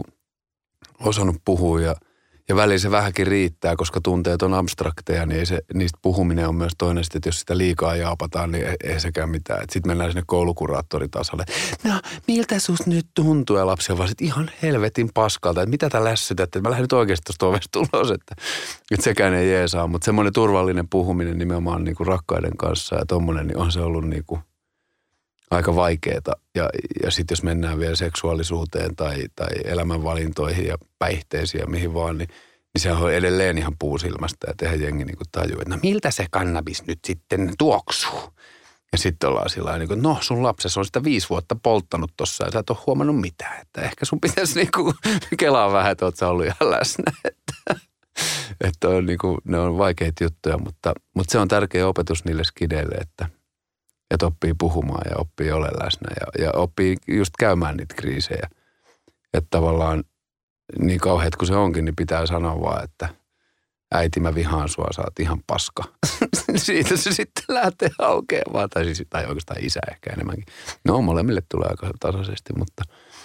osannut puhua ja Ja välillä se vähänkin riittää, koska tunteet on abstrakteja, niin ei se, niistä puhuminen on myös toinen, että jos sitä liikaa jaapataan, niin ei, ei sekään mitään. Sitten mennään sinne koulukuraattoritasolle. No, miltä susta nyt tuntuu? Ja lapsi on vaan ihan helvetin paskalta, että mitä tää lässytät, että mä lähden nyt oikeasti tuosta ovesta ulos, että, että sekään ei jeesaa. Mutta semmoinen turvallinen puhuminen nimenomaan niin kuin rakkaiden kanssa ja tommoinen, niin on se ollut niin kuin aika vaikeeta. Ja, ja sitten jos mennään vielä seksuaalisuuteen tai, tai elämänvalintoihin ja päihteisiin ja mihin vaan, niin, niin se on edelleen ihan puusilmästä. Ja tehdään jengi niin kuin tajuu, että no miltä se kannabis nyt sitten tuoksuu? Ja sitten ollaan sillä lailla, niin no sun lapsesi on sitä viisi vuotta polttanut tossa ja sä et ole huomannut mitään. Että ehkä sun pitäisi niin kuin kelaa vähän, että oot sä ollut ihan läsnä. Että, että on niin kuin, ne on vaikeita juttuja, mutta, mutta se on tärkeä opetus niille skideille, että että oppii puhumaan ja oppii ole läsnä ja, ja oppii just käymään niitä kriisejä. Että tavallaan niin kauheat kuin se onkin, niin pitää sanoa vaan, että äiti mä vihaan sua, sä oot ihan paska. Siitä se sitten lähtee aukeamaan, tai, siis, tai oikeastaan isä ehkä enemmänkin. No molemmille tulee aika tasaisesti, mutta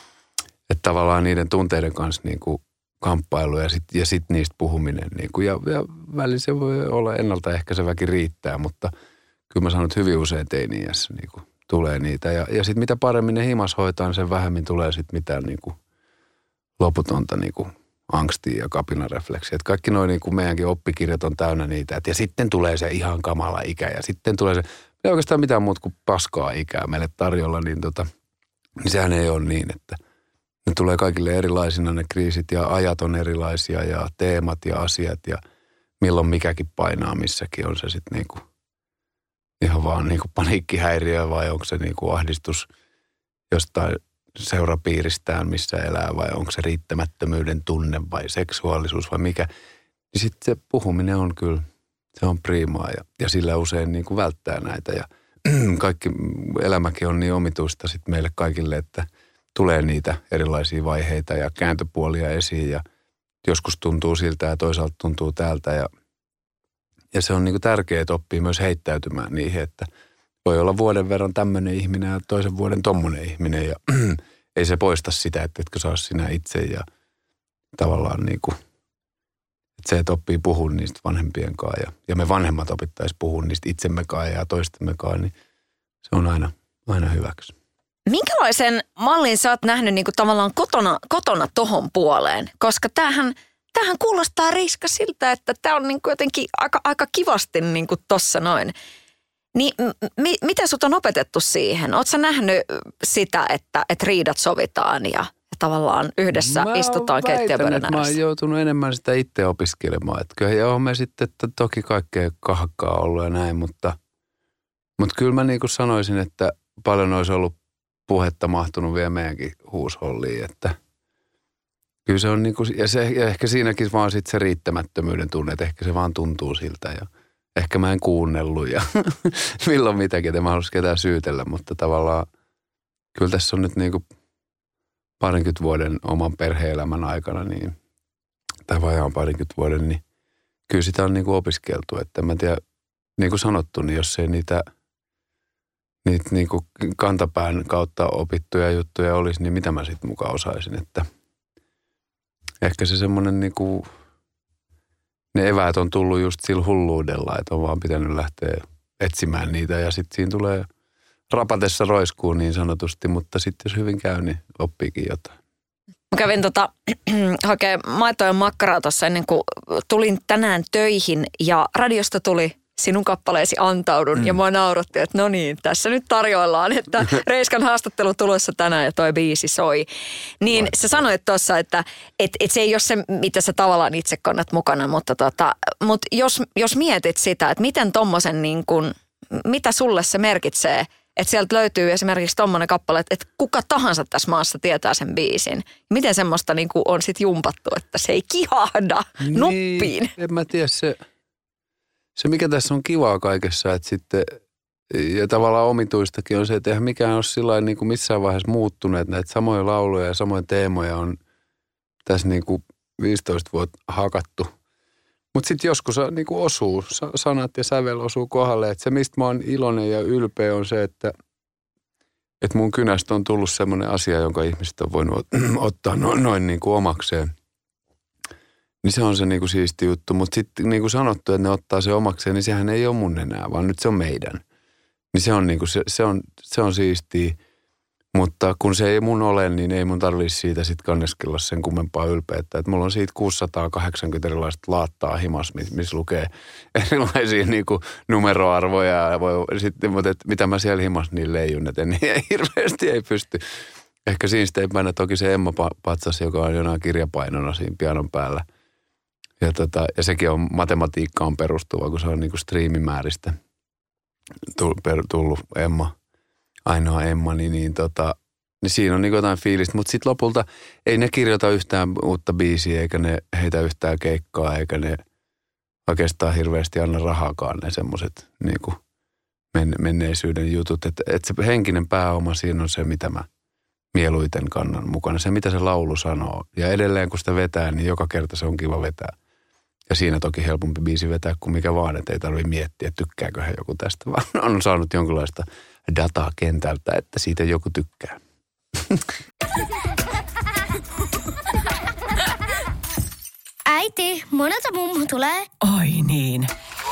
että tavallaan niiden tunteiden kanssa niin kuin kamppailu ja sitten ja sit niistä puhuminen. Niin kuin, ja, ja välillä se voi olla ennaltaehkäiseväkin riittää, mutta kyllä mä sanon, että hyvin usein teini-iässä niin kuin tulee niitä. Ja, ja sitten mitä paremmin ne himas hoitaa, niin sen vähemmin tulee sitten mitään niin kuin loputonta niin kuin angstia ja kapinarefleksiä. Että kaikki noin niin kuin meidänkin oppikirjat on täynnä niitä. Et ja sitten tulee se ihan kamala ikä ja sitten tulee se, ei oikeastaan mitään muuta kuin paskaa ikää meille tarjolla, niin, tota, niin sehän ei ole niin, että ne tulee kaikille erilaisina ne kriisit ja ajat on erilaisia ja teemat ja asiat ja milloin mikäkin painaa missäkin on se sitten niin kuin ihan vaan niin kuin paniikkihäiriö vai onko se niin kuin ahdistus jostain seurapiiristään, missä elää vai onko se riittämättömyyden tunne vai seksuaalisuus vai mikä. Niin sitten se puhuminen on kyllä, se on priimaa ja, ja sillä usein niin kuin välttää näitä ja kaikki elämäkin on niin omituista sitten meille kaikille, että tulee niitä erilaisia vaiheita ja kääntöpuolia esiin ja joskus tuntuu siltä ja toisaalta tuntuu täältä ja ja se on niin kuin tärkeää, että oppii myös heittäytymään niihin, että voi olla vuoden verran tämmöinen ihminen ja toisen vuoden tommonen ihminen ja ei se poista sitä, että etkö saa sinä itse ja tavallaan niin kuin, että se, että oppii puhua niistä vanhempien kanssa ja, ja me vanhemmat opittaisiin puhua niistä itsemmekaan ja toistemmekaan, niin se on aina, aina hyväksi. Minkälaisen mallin sä oot nähnyt niin kuin tavallaan kotona, kotona tohon puoleen? Koska tämähän, tämähän kuulostaa Riska siltä, että tämä on niin kuin jotenkin aika, aika kivasti niin kuin tossa noin. Niin mi, miten sut on opetettu siihen? Ootko sä nähnyt sitä, että, että riidat sovitaan ja, ja tavallaan yhdessä mä istutaan keittiöpöydän ääressä? Mä oon joutunut enemmän sitä itse opiskelemaan. Että kyllä joo, me sitten että toki kaikkea kahakkaa ollut ja näin, mutta, mutta kyllä mä niin kuin sanoisin, että paljon olisi ollut puhetta mahtunut vielä meidänkin huusholliin, että kyllä se on niin kuin, ja, se, ja ehkä siinäkin vaan sitten se riittämättömyyden tunne, että ehkä se vaan tuntuu siltä ja ehkä mä en kuunnellut ja milloin mitäkin, että mä haluaisin ketään syytellä, mutta tavallaan kyllä tässä on nyt niin kuin parinkymmentä vuoden oman perhe-elämän aikana, niin, tai vajaan parinkymmentä vuoden, niin kyllä sitä on niin kuin opiskeltu, että mä tiedän, niin kuin sanottu, niin jos ei niitä niitä niin kuin kantapään kautta opittuja juttuja olisi, niin mitä mä sitten mukaan osaisin, että ehkä se semmoinen niin kuin, ne eväät on tullut just sillä hulluudella, että on vaan pitänyt lähteä etsimään niitä ja sitten siinä tulee rapatessa roiskuun niin sanotusti, mutta sitten jos hyvin käy, niin oppiikin jotain. Mä kävin tota, hakee maitoa ja makkaraa tuossa ennen kuin tulin tänään töihin ja radiosta tuli sinun kappaleesi Antaudun mm. ja mua nauratti, että no niin, tässä nyt tarjoillaan, että Reiskan haastattelu tulossa tänään ja toi biisi soi. Niin Vai. Sä sanoit tuossa, että et, et se ei ole se, mitä sä tavallaan itse kannat mukana, mutta tota, mut jos, jos mietit sitä, että miten tommosen niin kun, mitä sulle se merkitsee, että sieltä löytyy esimerkiksi tommonen kappale, että, että kuka tahansa tässä maassa tietää sen biisin. Miten semmoista niin kun on sit jumpattu, että se ei kihahda niin, nuppiin? En mä tiedä se... Se, mikä tässä on kivaa kaikessa, että sitten, ja tavallaan omituistakin on se, että eihän mikään ole sillä niin kuin missään vaiheessa muuttunut, että näitä samoja lauluja ja samoja teemoja on tässä niin kuin viisitoista vuotta hakattu. Mutta sitten joskus niin kuin osuu, sanat ja sävel osuu kohdalle, että se mistä mä oon iloinen ja ylpeä on se, että, että mun kynästä on tullut semmoinen asia, jonka ihmiset on voinut ottaa noin, noin niin kuin omakseen. Niin se on se niinku siisti juttu, mutta sitten niin kuin sanottu, että ne ottaa se omakseen, niin sehän ei ole mun enää, vaan nyt se on meidän. Niin se on, niinku, se, se on, se on siistiä, mutta kun se ei mun ole, niin ei mun tarvitse siitä sitten kanneskella sen kummempaa ylpeyttä. Että mulla on siitä kuusisataakahdeksankymmentä erilaista laattaa himas, missä lukee erilaisia niinku numeroarvoja. Ja voi, sitten, mutta et, mitä mä siellä himas niin leijun, että niin hirveästi ei pysty. Ehkä siinä sitten toki se Emma Patsas, joka on jonain kirjapainona siinä pianon päällä. Ja, tota, ja sekin on matematiikkaan perustuva, kun se on niinku striimimääristä tullut Emma, ainoa Emma, niin, niin, tota, niin siinä on niinku jotain fiilistä. Mutta sitten lopulta ei ne kirjoita yhtään uutta biisiä, eikä ne heitä yhtään keikkaa, eikä ne oikeastaan hirveästi anna rahaakaan ne semmoiset niinku men, menneisyyden jutut. Että et se henkinen pääoma siinä on se, mitä mä mieluiten kannan mukana. Se, mitä se laulu sanoo. Ja edelleen, kun sitä vetää, niin joka kerta se on kiva vetää. Ja siinä toki helpompi biisi vetää kuin mikä vaan, että ei tarvitse miettiä, että tykkääköhän joku tästä, vaan on saanut jonkinlaista dataa kentältä, että siitä joku tykkää. Äiti, monelta mummu tulee. Oi niin.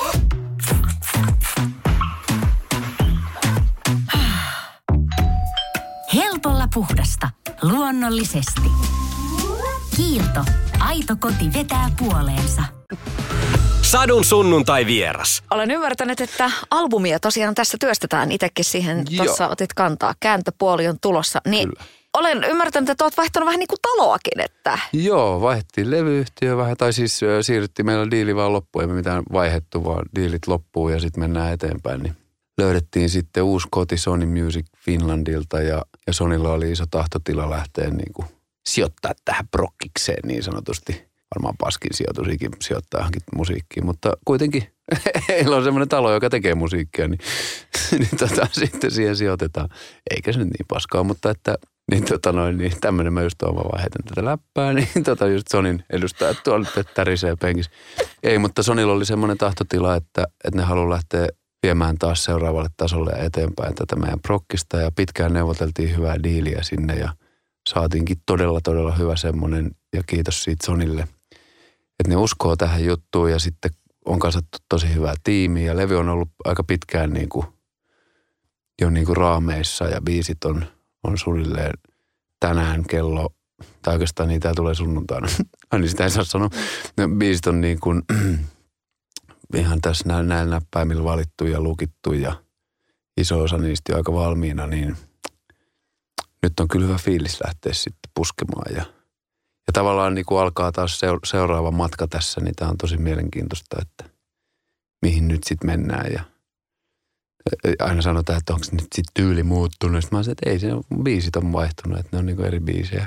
Helpolla puhdasta. Luonnollisesti. Kiilto. Aito koti vetää puoleensa. Sadun sunnuntai vieras. Olen ymmärtänyt, että albumia tosiaan tässä työstetään. Itsekin siihen tuossa otit kantaa. Kääntöpuoli on tulossa. Niin kyllä. Olen ymmärtänyt, että olet vaihtanut vähän niin kuin taloakin, että... Joo, vaihdettiin levyyhtiö vähän, tai siis siirryttiin, meillä diili vaan loppuun, ei me mitään vaihdettu, vaan diilit loppuu ja sitten mennään eteenpäin, niin löydettiin sitten uusi koti Sony Music Finlandilta ja, ja Sonylla oli iso tahtotila lähteä niin kuin sijoittaa tähän prokkikseen niin sanotusti. Varmaan paskin sijoitusikin sijoittaa johonkin musiikkiin, mutta kuitenkin heillä on semmoinen talo, joka tekee musiikkia, niin, niin tota, sitten siihen sijoitetaan. Eikä se nyt niin paskaa, mutta että Niin, tota noin, niin tämmöinen mä just oon vaan heitän tätä läppää, niin tota just Sonin edustajat tuolla tärisee penkissä. Ei, mutta Sonilla oli semmoinen tahtotila, että, että ne haluaa lähteä viemään taas seuraavalle tasolle ja eteenpäin tätä meidän prokkista. Ja pitkään neuvoteltiin hyvää diiliä sinne ja saatiinkin todella, todella hyvä semmoinen. Ja kiitos siitä Sonille, että ne uskoo tähän juttuun ja sitten on kasattu tosi hyvää tiimiä. Ja levy on ollut aika pitkään niin kuin, jo niin kuin raameissa ja biisit on, on suunnilleen tänään kello, tai oikeastaan niitä tulee sunnuntaina. Ai niin sitä ei saa sanoa. Ne biisit on niin kuin ihan tässä näin, näin näppäimillä valittu ja lukittu ja iso osa niistä on aika valmiina, niin nyt on kyllä hyvä fiilis lähteä sitten puskemaan. Ja, ja tavallaan niin kuin alkaa taas seuraava matka tässä, niin tämä on tosi mielenkiintoista, että mihin nyt sitten mennään. Ja aina sanotaan, että onko nyt sitten tyyli muuttunut. Sitten mä sanoin, että ei, se on, biisit on vaihtunut, että ne on niin kuin eri biisejä.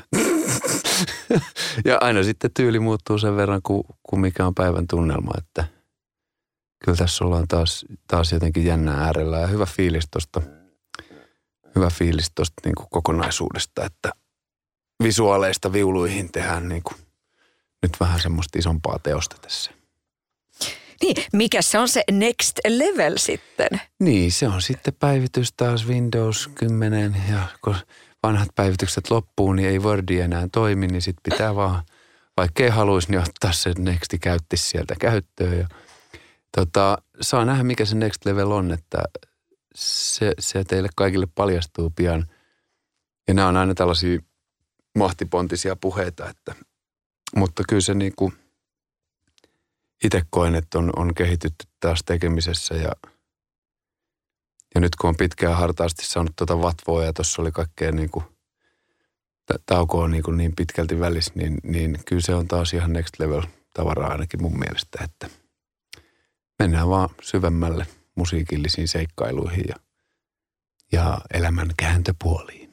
Ja aina sitten tyyli muuttuu sen verran, kuin, kuin mikä on päivän tunnelma, että kyllä tässä ollaan taas, taas jotenkin jännää äärellä ja hyvä fiilis tuosta, hyvä fiilis tuosta niin kuin kokonaisuudesta, että visuaaleista viuluihin tehdään niin kuin nyt vähän semmoista isompaa teosta tässä. Niin, mikä se on se next level sitten? Niin, se on sitten päivitys taas Windows kymmenen ja kun vanhat päivitykset loppuu, niin ei Wordi enää toimi, niin sitten pitää vaan, vaikka ei haluaisi, niin ottaa se nexti käyttis sieltä käyttöön. Ja, tota, saa nähdä, mikä se next level on, että se, se teille kaikille paljastuu pian. Ja nämä on aina tällaisia mahtipontisia puheita, että, mutta kyllä se niin kuin itse koen, että on, on kehitytty taas tekemisessä ja, ja nyt kun on pitkään hartaasti saanut tuota vatvoa ja tuossa oli kaikkea niin kuin taukoa niin, kuin niin pitkälti välissä, niin, niin kyllä se on taas ihan next level tavaraa ainakin mun mielestä, että mennään vaan syvemmälle musiikillisiin seikkailuihin ja, ja elämän kääntöpuoliin.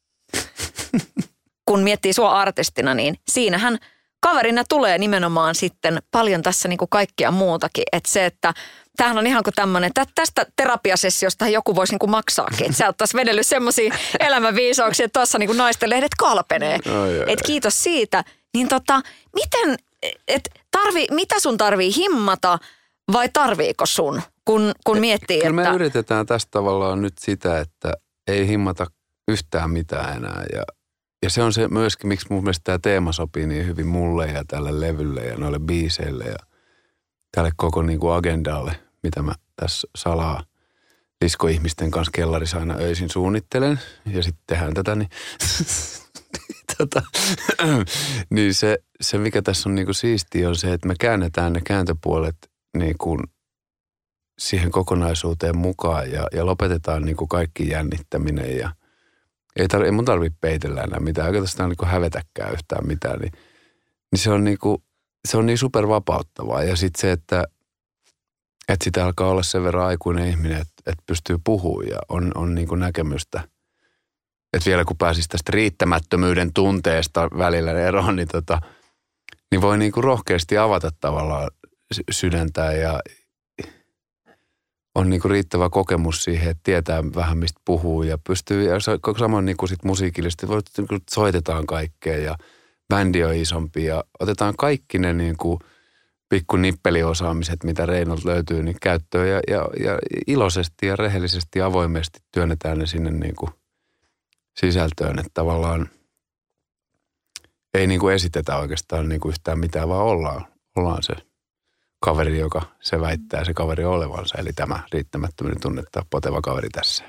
Kun miettii sua artistina, niin siinähän kaverina tulee nimenomaan sitten paljon tässä niin kuin kaikkea muutakin. Että se, että tämähän on ihan kuin tämmöinen, että tästä terapiasessiosta joku voisi niin kuin maksaakin. Että sä oot taas vedellyt semmoisia elämänviisauksia, että tuossa niin kuin naisten lehdet kalpenee. Että kiitos siitä. Niin tota, miten, et tarvii, mitä sun tarvii himmata vai tarviiko sun, kun, kun miettii, Kyllä että... me yritetään tästä tavallaan nyt sitä, että ei himmata yhtään mitään enää ja Ja se on se myöskin, miksi mun mielestä tämä teema sopii niin hyvin mulle ja tälle levylle ja noille biiseille ja tälle koko niin kuin agendalle, mitä mä tässä salaa liskoihmisten kanssa kellarissa aina öisin suunnittelen ja sitten tehdään tätä, niin, tota, niin se, se, mikä tässä on niin kuin siistiä, on se, että me käännetään ne kääntöpuolet niin kuin siihen kokonaisuuteen mukaan ja, ja lopetetaan niin kuin kaikki jännittäminen ja Ei, tar- ei mun tarvitse peitellä enää mitään, eikä tästä niin hävetäkään yhtään mitään, niin, niin se on niin kuin, se on niin supervapauttavaa. Ja sitten se, että, että sitä alkaa olla sen verran aikuinen ihminen, että, että pystyy puhumaan ja on, on niin kuin näkemystä. Että vielä kun pääsisi tästä riittämättömyyden tunteesta välillä eroon, niin, tota, niin voi niin kuin rohkeasti avata tavallaan sydäntään ja on niinku riittävä kokemus siihen, että tietää vähän mistä puhuu ja pystyy, ja samoin niinku sit musiikillisesti, soitetaan kaikkea ja bändi on isompi ja otetaan kaikki ne niinku pikku nippeliosaamiset, mitä Reinolta löytyy, niin käyttöön ja, ja, ja iloisesti ja rehellisesti ja avoimesti työnnetään ne sinne niinku sisältöön, että tavallaan ei niinku esitetä oikeastaan niinku yhtään mitään, vaan ollaan, ollaan se kaveri, joka se väittää se kaveri olevansa, eli tämä riittämättömyyden tunnetta poteva kaveri tässä.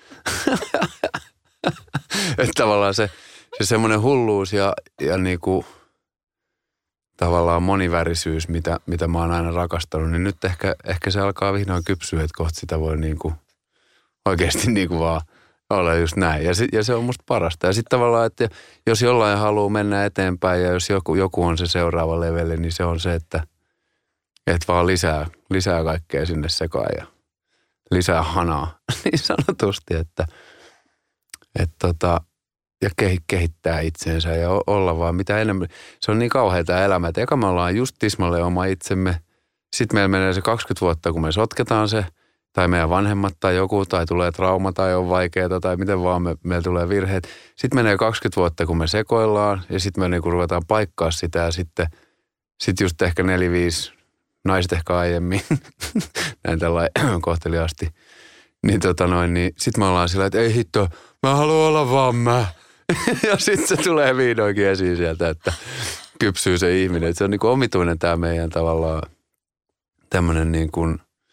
Että tavallaan se, se semmoinen hulluus ja, ja niinku tavallaan monivärisyys, mitä, mitä mä oon aina rakastanut, niin nyt ehkä, ehkä se alkaa vihdoin kypsyä, että kohta sitä voi niinku oikeasti niinku vaan olla just näin. Ja se, ja se on musta parasta. Ja sitten tavallaan, että jos jollain haluaa mennä eteenpäin ja jos joku, joku on se seuraava leveli, niin se on se, että Että vaan lisää, lisää kaikkea sinne sekaan ja lisää hanaa niin sanotusti, että et tota, ja kehittää itseensä ja olla vaan mitä enemmän. Se on niin kauhea tämä elämä, että eka me ollaan just tismalle oma itsemme. Sitten meillä menee se kaksikymmentä vuotta, kun me sotketaan se, tai meidän vanhemmat tai joku, tai tulee trauma tai on vaikeaa, tai miten vaan me, meillä tulee virheet. Sitten menee kaksikymmentä vuotta, kun me sekoillaan, ja sitten me niinku ruvetaan paikkaa sitä, ja sitten sit just ehkä neljä, viisi, naiset ehkä aiemmin, näin tällainen kohteliaasti, niin tota noin, niin sitten me ollaan sillä, että ei hitto, mä haluan olla vaan mä. Ja sitten se tulee vihdoinkin esiin sieltä, että kypsyy se ihminen. Et se on niinku omituinen tämä meidän tavallaan tämmöinen niinku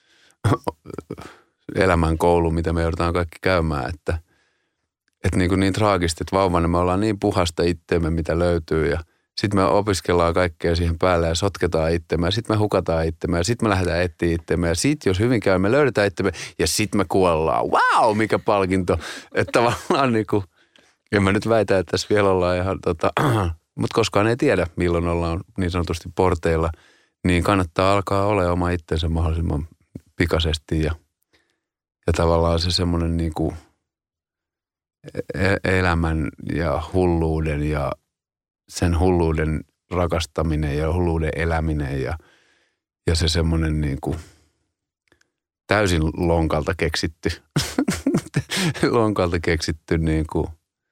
elämän koulu, mitä me joudutaan kaikki käymään, että et niinku niin traagisesti, että vauvana me ollaan niin puhasta itteemme, mitä löytyy, ja sitten me opiskellaan kaikkea siihen päälle ja sotketaan itseemme, ja sitten me hukataan itseemme, ja sitten me lähdetään etsiä itseemme, ja sitten jos hyvin käy, me löydetään itseemme, ja sitten me kuollaan. Wow, mikä palkinto! Että tavallaan niinku, en mä nyt väitä, että tässä vielä ollaan ihan tota, mutta koskaan ei tiedä, milloin ollaan niin sanotusti porteilla, niin kannattaa alkaa olla oma itsensä mahdollisimman pikaisesti, ja, ja tavallaan se semmoinen niinku elämän ja hulluuden ja sen hulluuden rakastaminen ja hulluuden eläminen ja, ja se semmoinen niinku täysin lonkalta keksitty, lonkalta keksitty niinku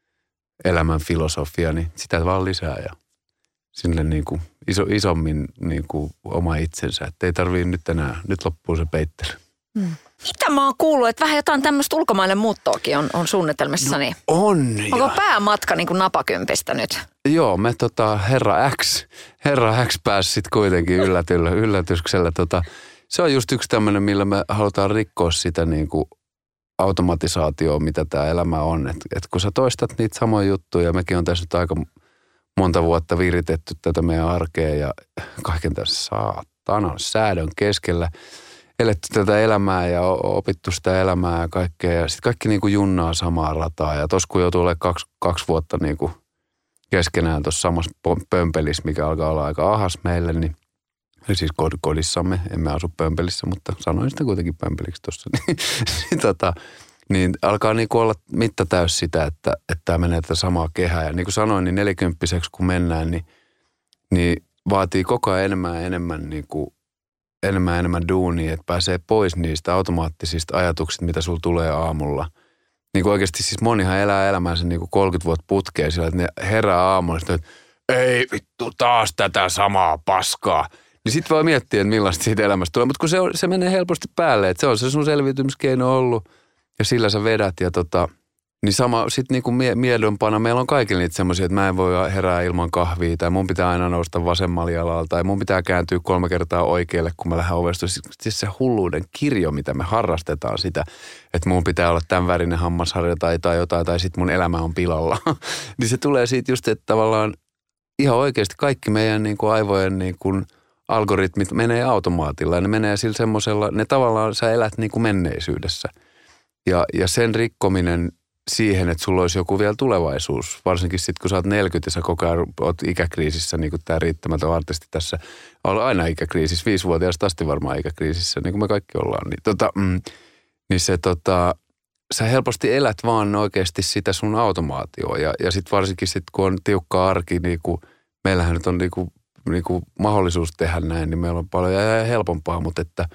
elämän filosofia, niin sitä vaan lisää ja sinne niinku iso, isommin niinku oma itsensä, että ei tarvii nyt enää, nyt loppuu se peittely. Hmm. Mitä mä oon kuullut, että vähän jotain tämmöistä ulkomaille muuttoakin on, on suunnitelmissani. No on. Onko päämatka niin kuin napakympistä nyt? Joo, me tota Herra X, Herra X pääsi sitten kuitenkin yllätyllä, yllätyksellä. Tota, se on just yksi tämmöinen, millä me halutaan rikkoa sitä niin kuin automatisaatioa, mitä tämä elämä on. Että et kun sä toistat niitä samoja juttuja, mekin on tässä nyt aika monta vuotta viritetty tätä meidän arkea ja kaiken tässä saatanan säädön keskellä eletty tätä elämää ja opittu sitä elämää ja kaikkea. Ja sitten kaikki niin kuin junnaa samaa rataa. Ja tuossa kun joutuu olemaan kaksi, kaksi vuotta niin kuin keskenään tuossa samassa pömpelissä, mikä alkaa olla aika ahas meille, niin siis kodissamme, emme asu pömpelissä, mutta sanoin sitä kuitenkin pömpeliksi tuossa, niin, niin, tota, niin alkaa niin kuin olla mitta täys sitä, että tämä menee tätä samaa kehää. Ja niin kuin sanoin, niin nelikymppiseksi kun mennään, niin, niin vaatii koko ajan enemmän ja enemmän niin kuin enemmän enemmän duunia, että pääsee pois niistä automaattisista ajatuksista, mitä sulla tulee aamulla. Niin kuin oikeasti siis monihan elää elämänsä niin kuin kolmekymmentä vuotta putkeen sillä, että ne herää aamulla, että ei vittu taas tätä samaa paskaa. Niin sitten voi miettiä, että millaista siitä elämästä tulee. Mutta kun se, on, se menee helposti päälle, että se on se sun selviytymiskeino ollut ja sillä sä vedät ja tota, niin sama sitten niinku mie- miedompana meillä on kaikilla niitä semmoisia, että mä en voi herää ilman kahvia tai mun pitää aina nousta vasemmalla jalalla tai mun pitää kääntyä kolme kertaa oikealle, kun mä lähden ovesta. Siis se hulluuden kirjo, mitä me harrastetaan sitä, että mun pitää olla tämän värinen hammasharja tai, tai jotain tai sitten mun elämä on pilalla. Niin se tulee siitä just, että tavallaan ihan oikeasti kaikki meidän niinku aivojen niinku algoritmit menee automaatilla ja ne menee sillä semmoisella, ne tavallaan sä elät niinku menneisyydessä. Ja, ja sen rikkominen siihen, että sulla olisi joku vielä tulevaisuus, varsinkin sitten kun sä oot neljäkymmentä ja sä koko ajan oot ikäkriisissä, niin kuin tämä riittämätön artisti tässä on aina ikäkriisissä, viisivuotiaasta asti varmaan ikäkriisissä, niin kuin me kaikki ollaan, niin, tota, mm, niin se tota, sä helposti elät vaan oikeasti sitä sun automaatioa ja, ja sitten varsinkin sitten kun on tiukka arki, niin kuin meillähän nyt on niin kuin, niin kuin mahdollisuus tehdä näin, niin meillä on paljon helpompaa, mutta että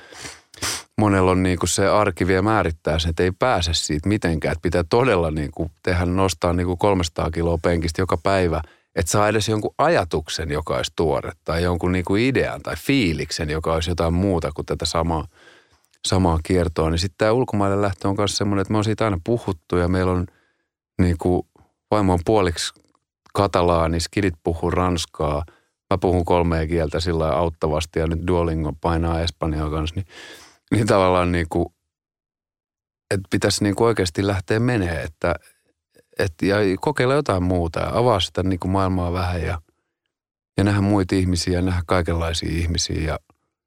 monella on niin kuin se arki vielä määrittää sen, että ei pääse siitä mitenkään. Että pitää todella niin kuin tehdä, nostaa niin kuin kolmesataa kiloa penkistä joka päivä, että saa edes jonkun ajatuksen, joka olisi tuore, tai jonkun niin kuin idean tai fiiliksen, joka olisi jotain muuta kuin tätä samaa, samaa kiertoa. Niin sitten tämä ulkomaille lähtö on myös semmoinen, että me on siitä aina puhuttu ja meillä on niin kuin, vaimo on puoliksi katalaani, skidit puhuu ranskaa, mä puhun kolmea kieltä sillä lailla auttavasti ja nyt Duolingo painaa espanjaa kanssa, niin Niin tavallaan niin kuin, että pitäisi niin kuin oikeasti lähteä menee, että, että ja kokeilla jotain muuta ja avaa sitä niin kuin maailmaa vähän ja, ja nähdä muita ihmisiä ja nähdä kaikenlaisia ihmisiä. Ja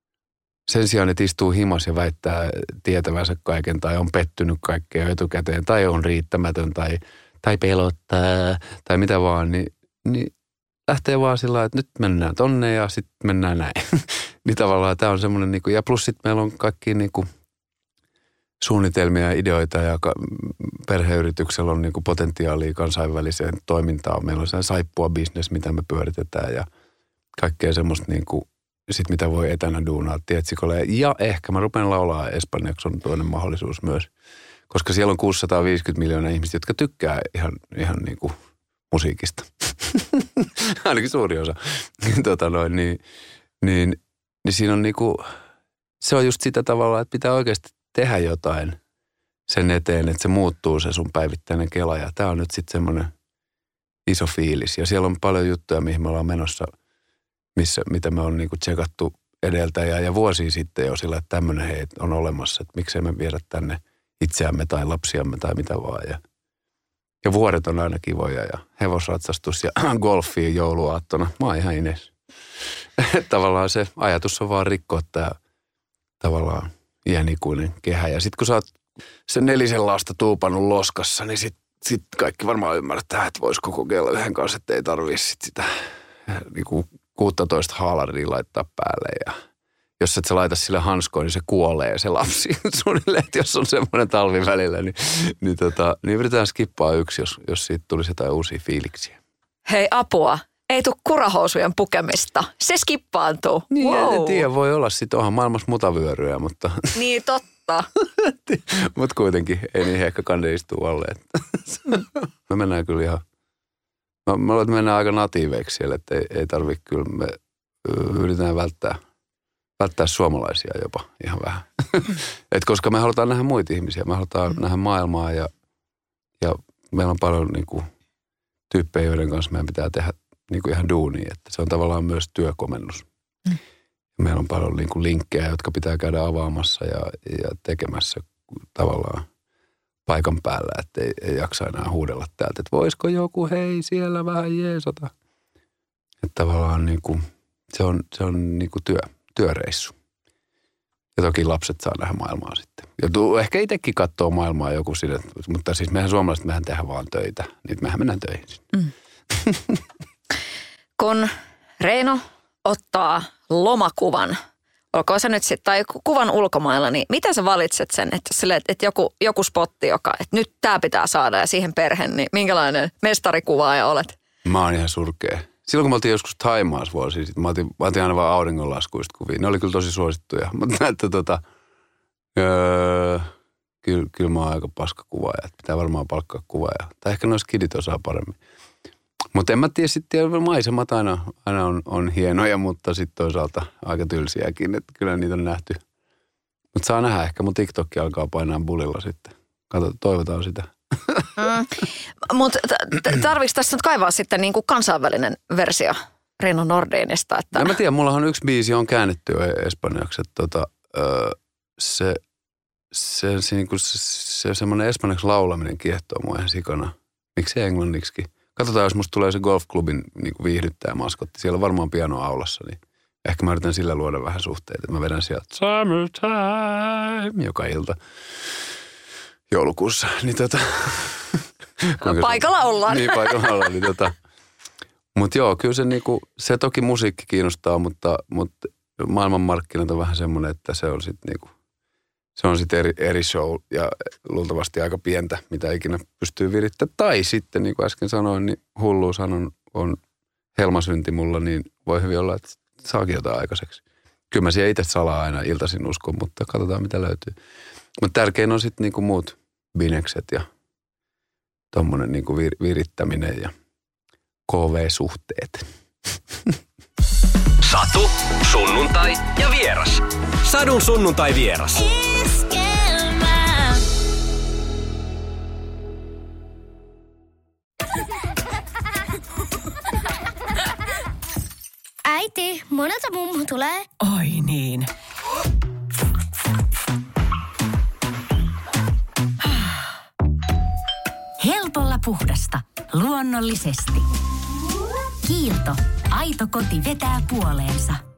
sen sijaan, että istuu himas ja väittää tietävänsä kaiken tai on pettynyt kaikkea etukäteen tai on riittämätön tai, tai pelottaa tai mitä vaan, niin, niin lähtee vaan sillä lailla, että nyt mennään tonne ja sitten mennään näin. Niin tavallaan tämä on semmoinen, niin kuin, ja plus sitten meillä on kaikki niin kuin suunnitelmia ja ideoita ja perheyrityksellä on niin kuin potentiaalia kansainväliseen toimintaan. Meillä on sellainen saippua business, mitä me pyöritetään ja kaikkea semmoista niin kuin sit mitä voi etänä duunaa Tietsikolle. Ja ehkä mä rupean laulaa espanjaksi, on toinen mahdollisuus myös. Koska siellä on kuusisataaviisikymmentä miljoonaa ihmistä, jotka tykkää ihan, ihan niin kuin musiikista. Ainakin suuri osa. tota noin, niin, niin, niin siinä on niin kuin, se on just sitä tavalla, että pitää oikeasti tehdä jotain sen eteen, että se muuttuu se sun päivittäinen kela. Ja tää on nyt sitten semmoinen iso fiilis. Ja siellä on paljon juttuja, mihin me ollaan menossa, missä, mitä me on niinku tsekattu edeltäjä ja vuosia sitten jo sillä, että tämmöinen hei on olemassa, että miksei me viedä tänne itseämme tai lapsiamme tai mitä vaan. Ja, ja vuoret on aina kivoja ja hevosratsastus ja golfiin jouluaattona. Mä oon ihan ines. Tavallaan se ajatus on vaan rikkoa tää tavallaan iänikuinen kehä. Ja sit kun sä oot sen nelisen lasta tuupannut loskassa, niin sit, sit kaikki varmaan ymmärtää, että voisiko kokeilla yhden kanssa, että ei tarvii sit sitä niinku kuusitoista haalaria laittaa päälle ja jos et sä laita sille hanskoon, niin se kuolee se lapsi suunnilleen, että jos on semmoinen talvi välillä, niin, niin, tota, niin yritetään skippaa yksi, jos, jos siitä tulisi jotain uusia fiiliksiä. Hei apua, ei tule kurahousujen pukemista, se skippaantuu. Niin, wow. En tiedä, voi olla sitten, onhan maailmassa mutavyöryä, mutta... Niin, totta. Mutta kuitenkin, ei niin ehkä kande istuu alle. Me mennään kyllä ihan... Mä, mä luulen, että mennään aika natiiveiksi siellä, että ei, ei tarvitse kyllä, me yritetään välttää, välttää suomalaisia jopa ihan vähän. Et koska me halutaan nähdä muita ihmisiä, me halutaan mm. nähdä maailmaa ja, ja meillä on paljon niin kuin, tyyppejä, joiden kanssa meidän pitää tehdä niin kuin ihan duunia, että se on tavallaan myös työkomennus. Mm. Meillä on paljon niin kuin, linkkejä, jotka pitää käydä avaamassa ja, ja tekemässä tavallaan paikan päällä, että ei, ei jaksa enää huudella täältä, että voisiko joku, hei siellä vähän jeesota. Että tavallaan niin kuin, se on, se on niin kuin työ, työreissu. Ja toki lapset saa nähdä maailmaa sitten. Ja tuu, ehkä itsekin katsoo maailmaa joku sinne, mutta siis mehän suomalaiset, mehän tehdään vaan töitä, niin mehän mennään töihin. Mm. Kun Reino ottaa lomakuvan, olkoon se nyt sitten, tai kuvan ulkomailla, niin miten sä valitset sen, että, sille, että joku, joku spotti, joka, että nyt tää pitää saada ja siihen perhe, niin minkälainen mestarikuvaaja olet? Mä oon ihan surkea. Silloin kun me oltiin joskus Thaimaassa vuosia sitten, mä otin, mä otin aina vaan auringonlaskuista kuvia. Ne oli kyllä tosi suosittuja, mutta että tota, öö, kyllä, kyllä mä oon aika paska kuvaaja, että pitää varmaan palkkaa kuvaaja. Tai ehkä noissa kidit osaa paremmin. Mutta en mä tiedä, sitten maisemat aina, aina on, on hienoja, mutta sitten toisaalta aika tylsiäkin, että kyllä niitä on nähty. Mutta saa nähdä, ehkä mun TikTokki alkaa painaa bulilla sitten. Kato, toivotaan sitä. Mm. Mutta tarviiko tässä nyt kaivaa sitten niin kuin kansainvälinen versio Reino Nordinista? Että... En mä tiedä, mullahan yksi biisi on käännetty espanjaksi, että tota, se, se, se, niinku, se, se semmoinen espanjaksi laulaminen kiehtoo mua ihan sikana. Miksi englanniksi? Katsotaan, jos musta tulee se golfklubin niinku viihdyttäjä maskotti. Siellä on varmaan piano aulassa, niin ehkä mä yritän sillä luoda vähän suhteita. Mä vedän sieltä Summertime joka ilta joulukuussa. Niin tota... Paikalla ollaan. Niin, paikalla ollaan. Niin tota... Mutta joo, kyllä se, niinku, se toki musiikki kiinnostaa, mutta, mutta maailmanmarkkinat on vähän semmoinen, että se on sitten niinku, se on sitten eri, eri show ja luultavasti aika pientä, mitä ikinä pystyy virittämään. Tai sitten, niin kuin äsken sanoin, niin hulluushan on, on helmasynti mulla, niin voi hyvin olla, että saakin jotain aikaiseksi. Kyllä mä siellä itse salaa aina iltaisin uskon, mutta katsotaan mitä löytyy. Mutta tärkein on sitten niinku muut binekset ja tommonen niinku vir, virittäminen ja K V-suhteet. Satu, sunnuntai ja vieras. Sadun sunnuntai vieras. Äiti, monelta mummu tulee? Oi niin. Helpolla puhdasta. Luonnollisesti. Kiilto. Aito koti vetää puoleensa.